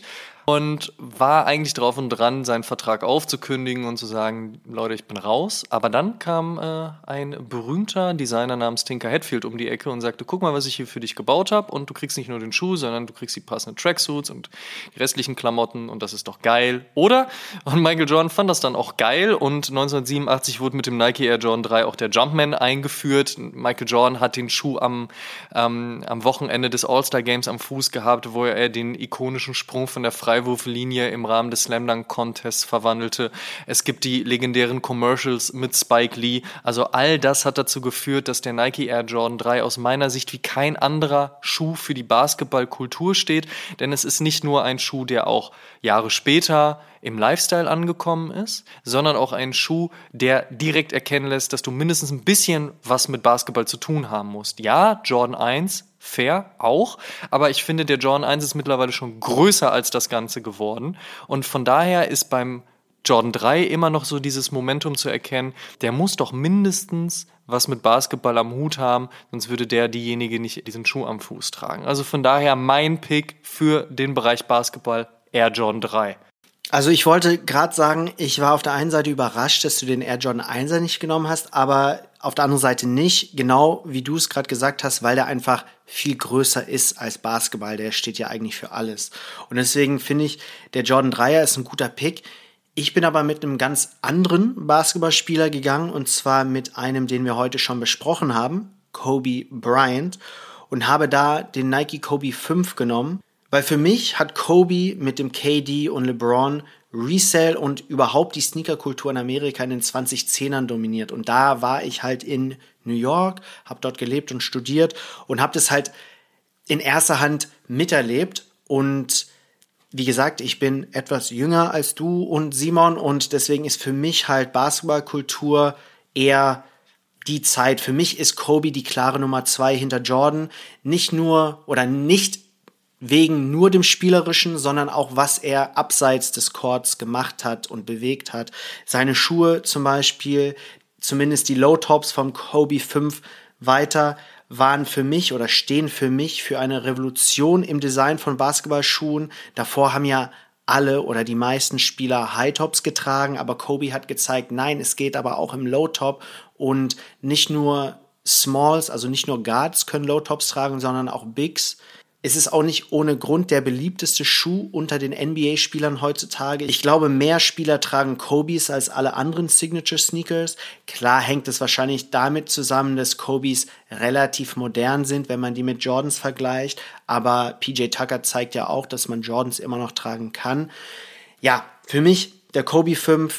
und war eigentlich drauf und dran, seinen Vertrag aufzukündigen und zu sagen, Leute, ich bin raus. Aber dann kam äh, ein berühmter Designer namens Tinker Hatfield um die Ecke und sagte, guck mal, was ich hier für dich gebaut habe, und du kriegst nicht nur den Schuh, sondern du kriegst die passenden Tracksuits und die restlichen Klamotten, und das ist doch geil, oder? Und Michael Jordan fand das dann auch geil, und neunzehnhundertsiebenundachtzig wurde mit dem Nike Air Jordan drei auch der Jumpman eingeführt. Michael Jordan hat den Schuh am, ähm, am Wochenende des All-Star Games am Fuß gehabt, wo er den ikonischen Sprung von der Freiwurflinie im Rahmen des Slam Dunk Contests verwandelte. Es gibt die legendären Commercials mit Spike Lee. Also all das hat dazu geführt, dass der Nike Air Jordan drei aus meiner Sicht wie kein anderer Schuh für die Basketballkultur steht. Denn es ist nicht nur ein Schuh, der auch Jahre später im Lifestyle angekommen ist, sondern auch ein Schuh, der direkt erkennen lässt, dass du mindestens ein bisschen was mit Basketball zu tun haben musst. Ja, Jordan eins, fair, auch, aber ich finde, der Jordan eins ist mittlerweile schon größer als das Ganze geworden, und von daher ist beim Jordan drei immer noch so dieses Momentum zu erkennen, der muss doch mindestens was mit Basketball am Hut haben, sonst würde der diejenige nicht diesen Schuh am Fuß tragen. Also von daher mein Pick für den Bereich Basketball, Air Jordan drei. Also ich wollte gerade sagen, ich war auf der einen Seite überrascht, dass du den Air Jordan eins nicht genommen hast, aber auf der anderen Seite nicht, genau wie du es gerade gesagt hast, weil der einfach viel größer ist als Basketball. Der steht ja eigentlich für alles. Und deswegen finde ich, der Jordan dreier ist ein guter Pick. Ich bin aber mit einem ganz anderen Basketballspieler gegangen, und zwar mit einem, den wir heute schon besprochen haben, Kobe Bryant, und habe da den Nike Kobe fünf genommen. Weil für mich hat Kobe mit dem K D und LeBron Resale und überhaupt die Sneakerkultur in Amerika in den zwanzig zehnern dominiert. Und da war ich halt in New York, habe dort gelebt und studiert und habe das halt in erster Hand miterlebt. Und wie gesagt, ich bin etwas jünger als du und Simon, und deswegen ist für mich halt Basketballkultur eher die Zeit. Für mich ist Kobe die klare Nummer zwei hinter Jordan. Nicht nur oder nicht wegen nur dem Spielerischen, sondern auch, was er abseits des Courts gemacht hat und bewegt hat. Seine Schuhe zum Beispiel, zumindest die Low Tops vom Kobe fünf weiter, waren für mich oder stehen für mich für eine Revolution im Design von Basketballschuhen. Davor haben ja alle oder die meisten Spieler High Tops getragen, aber Kobe hat gezeigt, nein, es geht aber auch im Low Top, und nicht nur Smalls, also nicht nur Guards können Low Tops tragen, sondern auch Bigs. Es ist auch nicht ohne Grund der beliebteste Schuh unter den N B A-Spielern heutzutage. Ich glaube, mehr Spieler tragen Kobes als alle anderen Signature-Sneakers. Klar hängt es wahrscheinlich damit zusammen, dass Kobes relativ modern sind, wenn man die mit Jordans vergleicht. Aber P J Tucker zeigt ja auch, dass man Jordans immer noch tragen kann. Ja, für mich der Kobe fünf,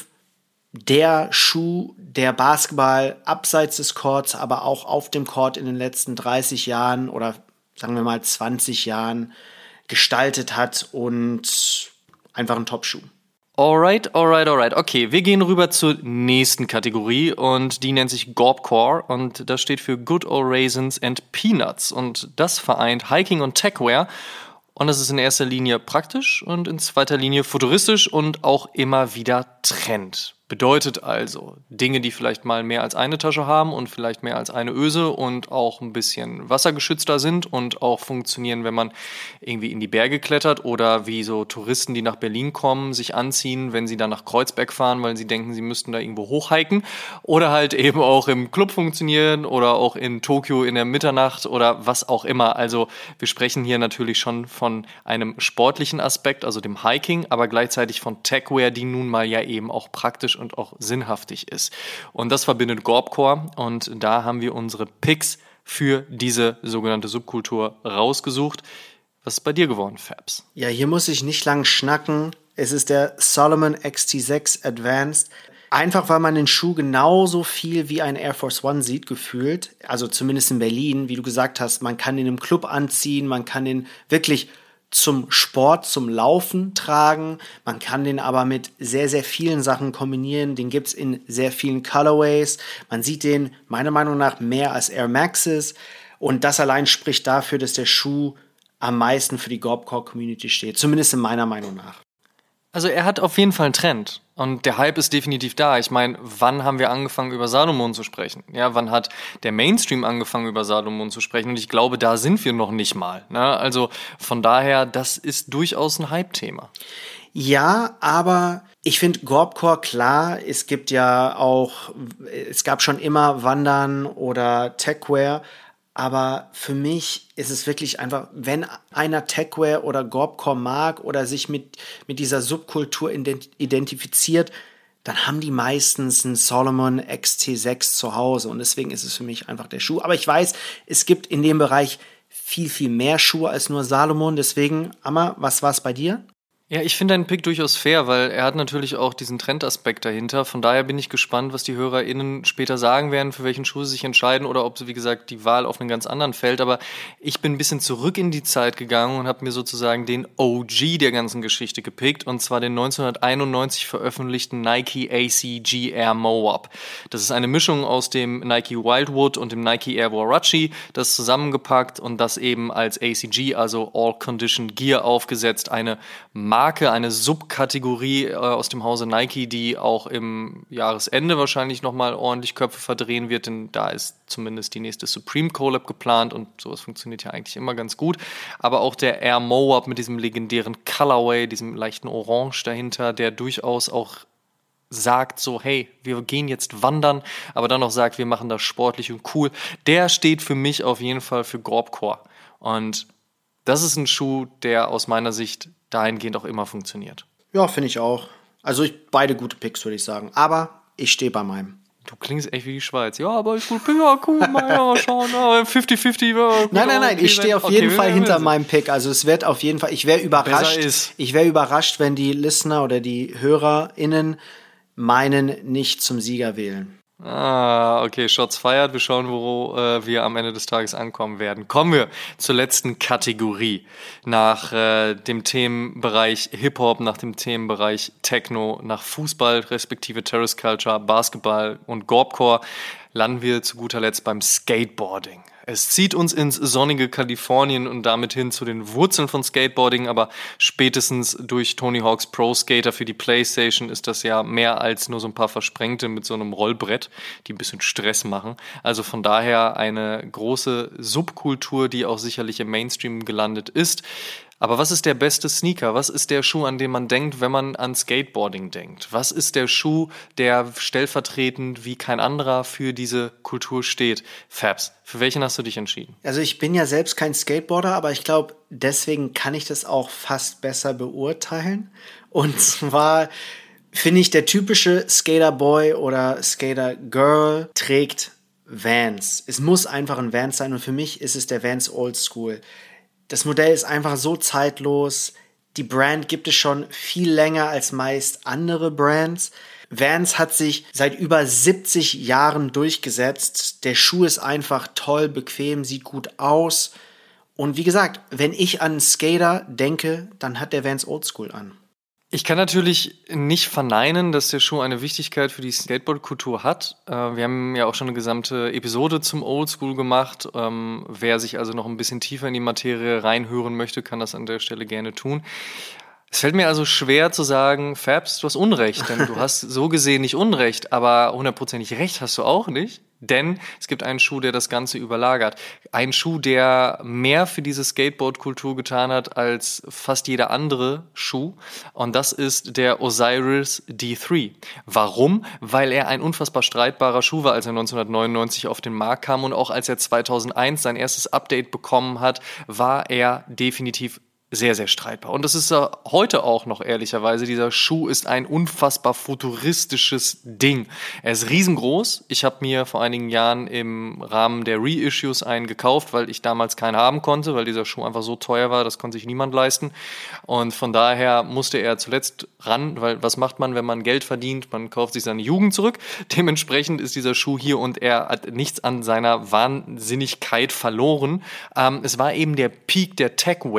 der Schuh, der Basketball abseits des Courts, aber auch auf dem Court in den letzten dreißig Jahren oder sagen wir mal zwanzig Jahren gestaltet hat, und einfach ein Top-Schuh. Alright, alright, alright. Okay, wir gehen rüber zur nächsten Kategorie, und die nennt sich Gorbcore, und das steht für Good Old Raisins and Peanuts, und das vereint Hiking und Techwear, und das ist in erster Linie praktisch und in zweiter Linie futuristisch und auch immer wieder Trend. Bedeutet also, Dinge, die vielleicht mal mehr als eine Tasche haben und vielleicht mehr als eine Öse und auch ein bisschen wassergeschützter sind und auch funktionieren, wenn man irgendwie in die Berge klettert, oder wie so Touristen, die nach Berlin kommen, sich anziehen, wenn sie dann nach Kreuzberg fahren, weil sie denken, sie müssten da irgendwo hochhiken, oder halt eben auch im Club funktionieren oder auch in Tokio in der Mitternacht oder was auch immer. Also wir sprechen hier natürlich schon von einem sportlichen Aspekt, also dem Hiking, aber gleichzeitig von Techwear, die nun mal ja eben auch praktisch und auch sinnhaftig ist. Und das verbindet Gorbcore, und da haben wir unsere Picks für diese sogenannte Subkultur rausgesucht. Was ist bei dir geworden, Fabs? Ja, hier muss ich nicht lang schnacken. Es ist der Salomon X T sechs Advanced. Einfach, weil man den Schuh genauso viel wie ein Air Force One sieht, gefühlt. Also zumindest in Berlin, wie du gesagt hast, man kann ihn im Club anziehen, man kann ihn wirklich zum Sport, zum Laufen tragen. Man kann den aber mit sehr, sehr vielen Sachen kombinieren. Den gibt's in sehr vielen Colorways. Man sieht den meiner Meinung nach mehr als Air Maxes. Und das allein spricht dafür, dass der Schuh am meisten für die Gorbcore-Community steht. Zumindest in meiner Meinung nach. Also er hat auf jeden Fall einen Trend. Und der Hype ist definitiv da. Ich meine, wann haben wir angefangen, über Salomon zu sprechen? Ja, wann hat der Mainstream angefangen, über Salomon zu sprechen? Und ich glaube, da sind wir noch nicht mal. Ne? Also von daher, das ist durchaus ein Hype-Thema. Ja, aber ich finde Gorpcore, klar, es gibt ja auch, es gab schon immer Wandern oder Techwear, aber für mich ist es wirklich einfach, wenn einer Techwear oder Gorpcore mag oder sich mit, mit dieser Subkultur identifiziert, dann haben die meistens einen Salomon X T sechs zu Hause und deswegen ist es für mich einfach der Schuh. Aber ich weiß, es gibt in dem Bereich viel, viel mehr Schuhe als nur Salomon, deswegen, Amma, was war's bei dir? Ja, ich finde deinen Pick durchaus fair, weil er hat natürlich auch diesen Trendaspekt dahinter. Von daher bin ich gespannt, was die HörerInnen später sagen werden, für welchen Schuh sie sich entscheiden oder ob, wie gesagt, die Wahl auf einen ganz anderen fällt. Aber ich bin ein bisschen zurück in die Zeit gegangen und habe mir sozusagen den O G der ganzen Geschichte gepickt, und zwar den neunzehnhunderteinundneunzig veröffentlichten Nike A C G Air Moab. Das ist eine Mischung aus dem Nike Wildwood und dem Nike Air Warachi, das zusammengepackt und das eben als A C G, also All Condition Gear, aufgesetzt. Eine Marke, eine Subkategorie äh, aus dem Hause Nike, die auch im Jahresende wahrscheinlich nochmal ordentlich Köpfe verdrehen wird, denn da ist zumindest die nächste Supreme Collab geplant und sowas funktioniert ja eigentlich immer ganz gut. Aber auch der Air Moab mit diesem legendären Colorway, diesem leichten Orange dahinter, der durchaus auch sagt so, hey, wir gehen jetzt wandern, aber dann auch sagt, wir machen das sportlich und cool, der steht für mich auf jeden Fall für Gorpcore. Und das ist ein Schuh, der aus meiner Sicht dahingehend auch immer funktioniert. Ja, finde ich auch. Also ich, beide gute Picks, würde ich sagen. Aber ich stehe bei meinem. Du klingst echt wie die Schweiz. Ja, aber ich gut, ja, cool, mal ja, schauen, fünfzig fünfzig. Ja, nein, nein, nein, ich stehe auf jeden okay, Fall hinter meinem Pick. Also es wird auf jeden Fall, ich wäre überrascht, ich wäre überrascht, wenn die Listener oder die HörerInnen meinen nicht zum Sieger wählen. Ah, okay, Shots fired. Wir schauen, wo äh, wir am Ende des Tages ankommen werden. Kommen wir zur letzten Kategorie. Nach äh, dem Themenbereich Hip-Hop, nach dem Themenbereich Techno, nach Fußball, respektive Terrace Culture, Basketball und Gorpcore landen wir zu guter Letzt beim Skateboarding. Es zieht uns ins sonnige Kalifornien und damit hin zu den Wurzeln von Skateboarding, aber spätestens durch Tony Hawk's Pro Skater für die Playstation ist das ja mehr als nur so ein paar Versprengte mit so einem Rollbrett, die ein bisschen Stress machen. Also von daher eine große Subkultur, die auch sicherlich im Mainstream gelandet ist. Aber was ist der beste Sneaker? Was ist der Schuh, an den man denkt, wenn man an Skateboarding denkt? Was ist der Schuh, der stellvertretend wie kein anderer für diese Kultur steht? Fabs, für welchen hast du dich entschieden? Also ich bin ja selbst kein Skateboarder, aber ich glaube, deswegen kann ich das auch fast besser beurteilen. Und zwar finde ich, der typische Skaterboy oder Skatergirl trägt Vans. Es muss einfach ein Vans sein und für mich ist es der Vans Old School. Das Modell ist einfach so zeitlos. Die Brand gibt es schon viel länger als meist andere Brands. Vans hat sich seit über siebzig Jahren durchgesetzt. Der Schuh ist einfach toll, bequem, sieht gut aus. Und wie gesagt, wenn ich an Skater denke, dann hat der Vans Old School an. Ich kann natürlich nicht verneinen, dass der Schuh eine Wichtigkeit für die Skateboard-Kultur hat. Wir haben ja auch schon eine gesamte Episode zum Oldschool gemacht. Wer sich also noch ein bisschen tiefer in die Materie reinhören möchte, kann das an der Stelle gerne tun. Es fällt mir also schwer zu sagen, Fabs, du hast Unrecht, denn du hast so gesehen nicht Unrecht, aber hundertprozentig recht hast du auch nicht, denn es gibt einen Schuh, der das Ganze überlagert. Ein Schuh, der mehr für diese Skateboard-Kultur getan hat als fast jeder andere Schuh, und das ist der Osiris D drei. Warum? Weil er ein unfassbar streitbarer Schuh war, als er neunzehnhundertneunundneunzig auf den Markt kam, und auch als er zweitausendeins sein erstes Update bekommen hat, war er definitiv sehr, sehr streitbar. Und das ist äh, heute auch noch, ehrlicherweise. Dieser Schuh ist ein unfassbar futuristisches Ding. Er ist riesengroß. Ich habe mir vor einigen Jahren im Rahmen der Reissues einen gekauft, weil ich damals keinen haben konnte, weil dieser Schuh einfach so teuer war, das konnte sich niemand leisten. Und von daher musste er zuletzt ran, weil was macht man, wenn man Geld verdient? Man kauft sich seine Jugend zurück. Dementsprechend ist dieser Schuh hier und er hat nichts an seiner Wahnsinnigkeit verloren. Ähm, es war eben der Peak der Techwear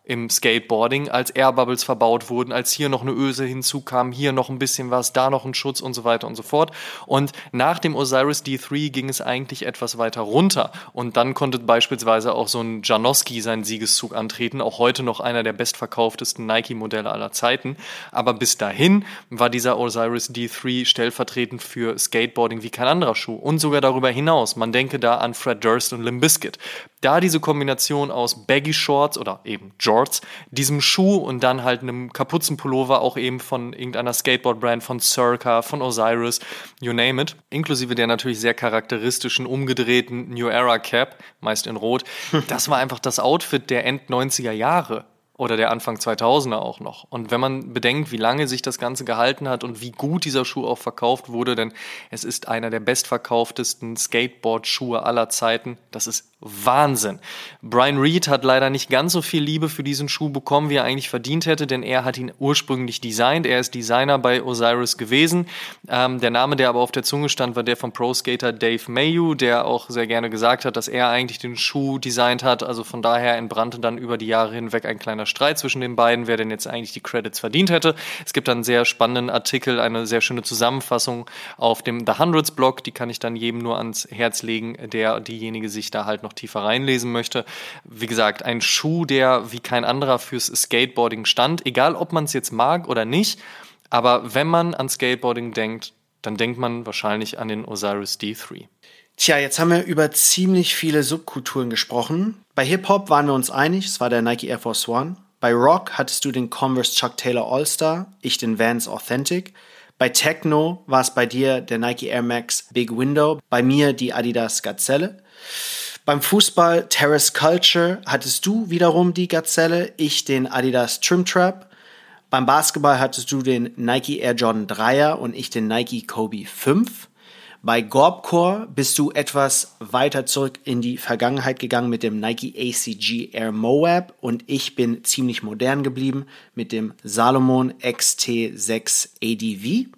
im Skateboarding, als Airbubbles verbaut wurden, als hier noch eine Öse hinzukam, hier noch ein bisschen was, da noch ein Schutz und so weiter und so fort. Und nach dem Osiris D drei ging es eigentlich etwas weiter runter. Und dann konnte beispielsweise auch so ein Janowski seinen Siegeszug antreten, auch heute noch einer der bestverkauftesten Nike-Modelle aller Zeiten. Aber bis dahin war dieser Osiris D drei stellvertretend für Skateboarding wie kein anderer Schuh. Und sogar darüber hinaus. Man denke da an Fred Durst und Limp Bizkit. Da diese Kombination aus Baggy Shorts oder eben Jorts, diesem Schuh und dann halt einem Kapuzenpullover auch eben von irgendeiner Skateboard-Brand, von Circa, von Osiris, you name it, inklusive der natürlich sehr charakteristischen umgedrehten New Era Cap, meist in Rot. Das war einfach das Outfit der End-neunziger Jahre. Oder der Anfang zweitausender auch noch. Und wenn man bedenkt, wie lange sich das Ganze gehalten hat und wie gut dieser Schuh auch verkauft wurde, denn es ist einer der bestverkauftesten Skateboard-Schuhe aller Zeiten, das ist Wahnsinn. Brian Reed hat leider nicht ganz so viel Liebe für diesen Schuh bekommen, wie er eigentlich verdient hätte, denn er hat ihn ursprünglich designt. Er ist Designer bei Osiris gewesen. Ähm, der Name, der aber auf der Zunge stand, war der von Pro-Skater Dave Mayu, der auch sehr gerne gesagt hat, dass er eigentlich den Schuh designt hat. Also von daher entbrannte dann über die Jahre hinweg ein kleiner Streit zwischen den beiden, wer denn jetzt eigentlich die Credits verdient hätte. Es gibt einen sehr spannenden Artikel, eine sehr schöne Zusammenfassung auf dem The Hundreds Blog, die kann ich dann jedem nur ans Herz legen, der diejenige sich da halt noch tiefer reinlesen möchte. Wie gesagt, ein Schuh, der wie kein anderer fürs Skateboarding stand, egal ob man es jetzt mag oder nicht, aber wenn man an Skateboarding denkt, dann denkt man wahrscheinlich an den Osiris D drei. Tja, jetzt haben wir über ziemlich viele Subkulturen gesprochen. Bei Hip-Hop waren wir uns einig, es war der Nike Air Force One. Bei Rock hattest du den Converse Chuck Taylor All-Star, ich den Vans Authentic. Bei Techno war es bei dir der Nike Air Max Big Window, bei mir die Adidas Gazelle. Beim Fußball Terrace Culture hattest du wiederum die Gazelle, ich den Adidas Trim Trap. Beim Basketball hattest du den Nike Air Jordan Dreier und ich den Nike Kobe fünf. Bei Gorbcore bist du etwas weiter zurück in die Vergangenheit gegangen mit dem Nike A C G Air Moab und ich bin ziemlich modern geblieben mit dem Salomon X T sechs A D V.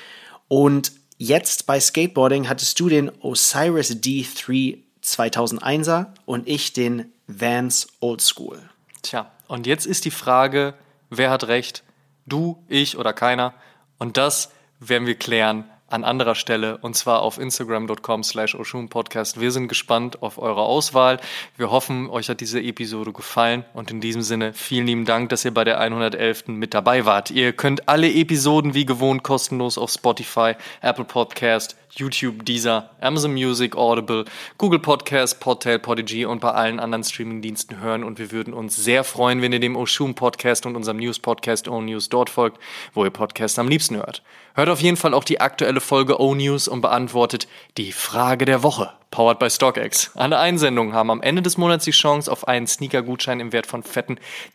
Und jetzt bei Skateboarding hattest du den Osiris D drei zweitausendeiner und ich den Vans Old School. Tja, und jetzt ist die Frage, wer hat recht? Du, ich oder keiner? Und das werden wir klären an anderer Stelle, und zwar auf instagram.com slash oshunpodcast. Wir sind gespannt auf eure Auswahl. Wir hoffen, euch hat diese Episode gefallen und in diesem Sinne vielen lieben Dank, dass ihr bei der hundertelften mit dabei wart. Ihr könnt alle Episoden wie gewohnt kostenlos auf Spotify, Apple Podcast, YouTube, Deezer, Amazon Music, Audible, Google Podcast, Podtail, Podigy und bei allen anderen Streamingdiensten hören und wir würden uns sehr freuen, wenn ihr dem Oshun Podcast und unserem News-Podcast O-News dort folgt, wo ihr Podcasts am liebsten hört. Hört auf jeden Fall auch die aktuelle Folge O-News und beantwortet die Frage der Woche. Powered by StockX. Alle Einsendungen haben am Ende des Monats die Chance auf einen Sneaker-Gutschein im Wert von fetten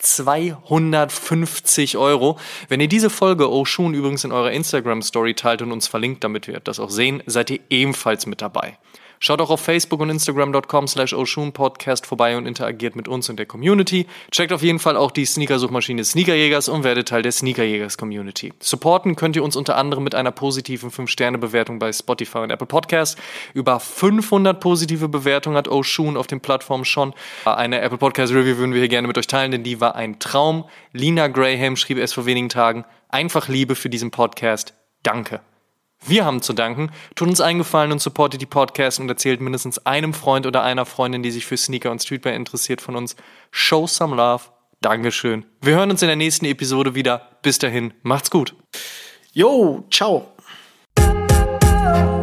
zweihundertfünfzig Euro. Wenn ihr diese Folge Oshun übrigens in eurer Instagram-Story teilt und uns verlinkt, damit wir das auch sehen, seid ihr ebenfalls mit dabei. Schaut auch auf Facebook und Instagram.com slash Oshun Podcast vorbei und interagiert mit uns und der Community. Checkt auf jeden Fall auch die Sneaker-Suchmaschine Sneakerjägers und werdet Teil der Sneakerjägers-Community. Supporten könnt ihr uns unter anderem mit einer positiven fünf Sterne Bewertung bei Spotify und Apple Podcasts. Über fünfhundert positive Bewertungen hat Oshun auf den Plattformen schon. Eine Apple Podcast Review würden wir hier gerne mit euch teilen, denn die war ein Traum. Lina Graham schrieb erst vor wenigen Tagen: einfach Liebe für diesen Podcast. Danke. Wir haben zu danken, tut uns einen Gefallen und supportet die Podcasts und erzählt mindestens einem Freund oder einer Freundin, die sich für Sneaker und Streetwear interessiert, von uns. Show some love. Dankeschön. Wir hören uns in der nächsten Episode wieder. Bis dahin, macht's gut. Jo, ciao.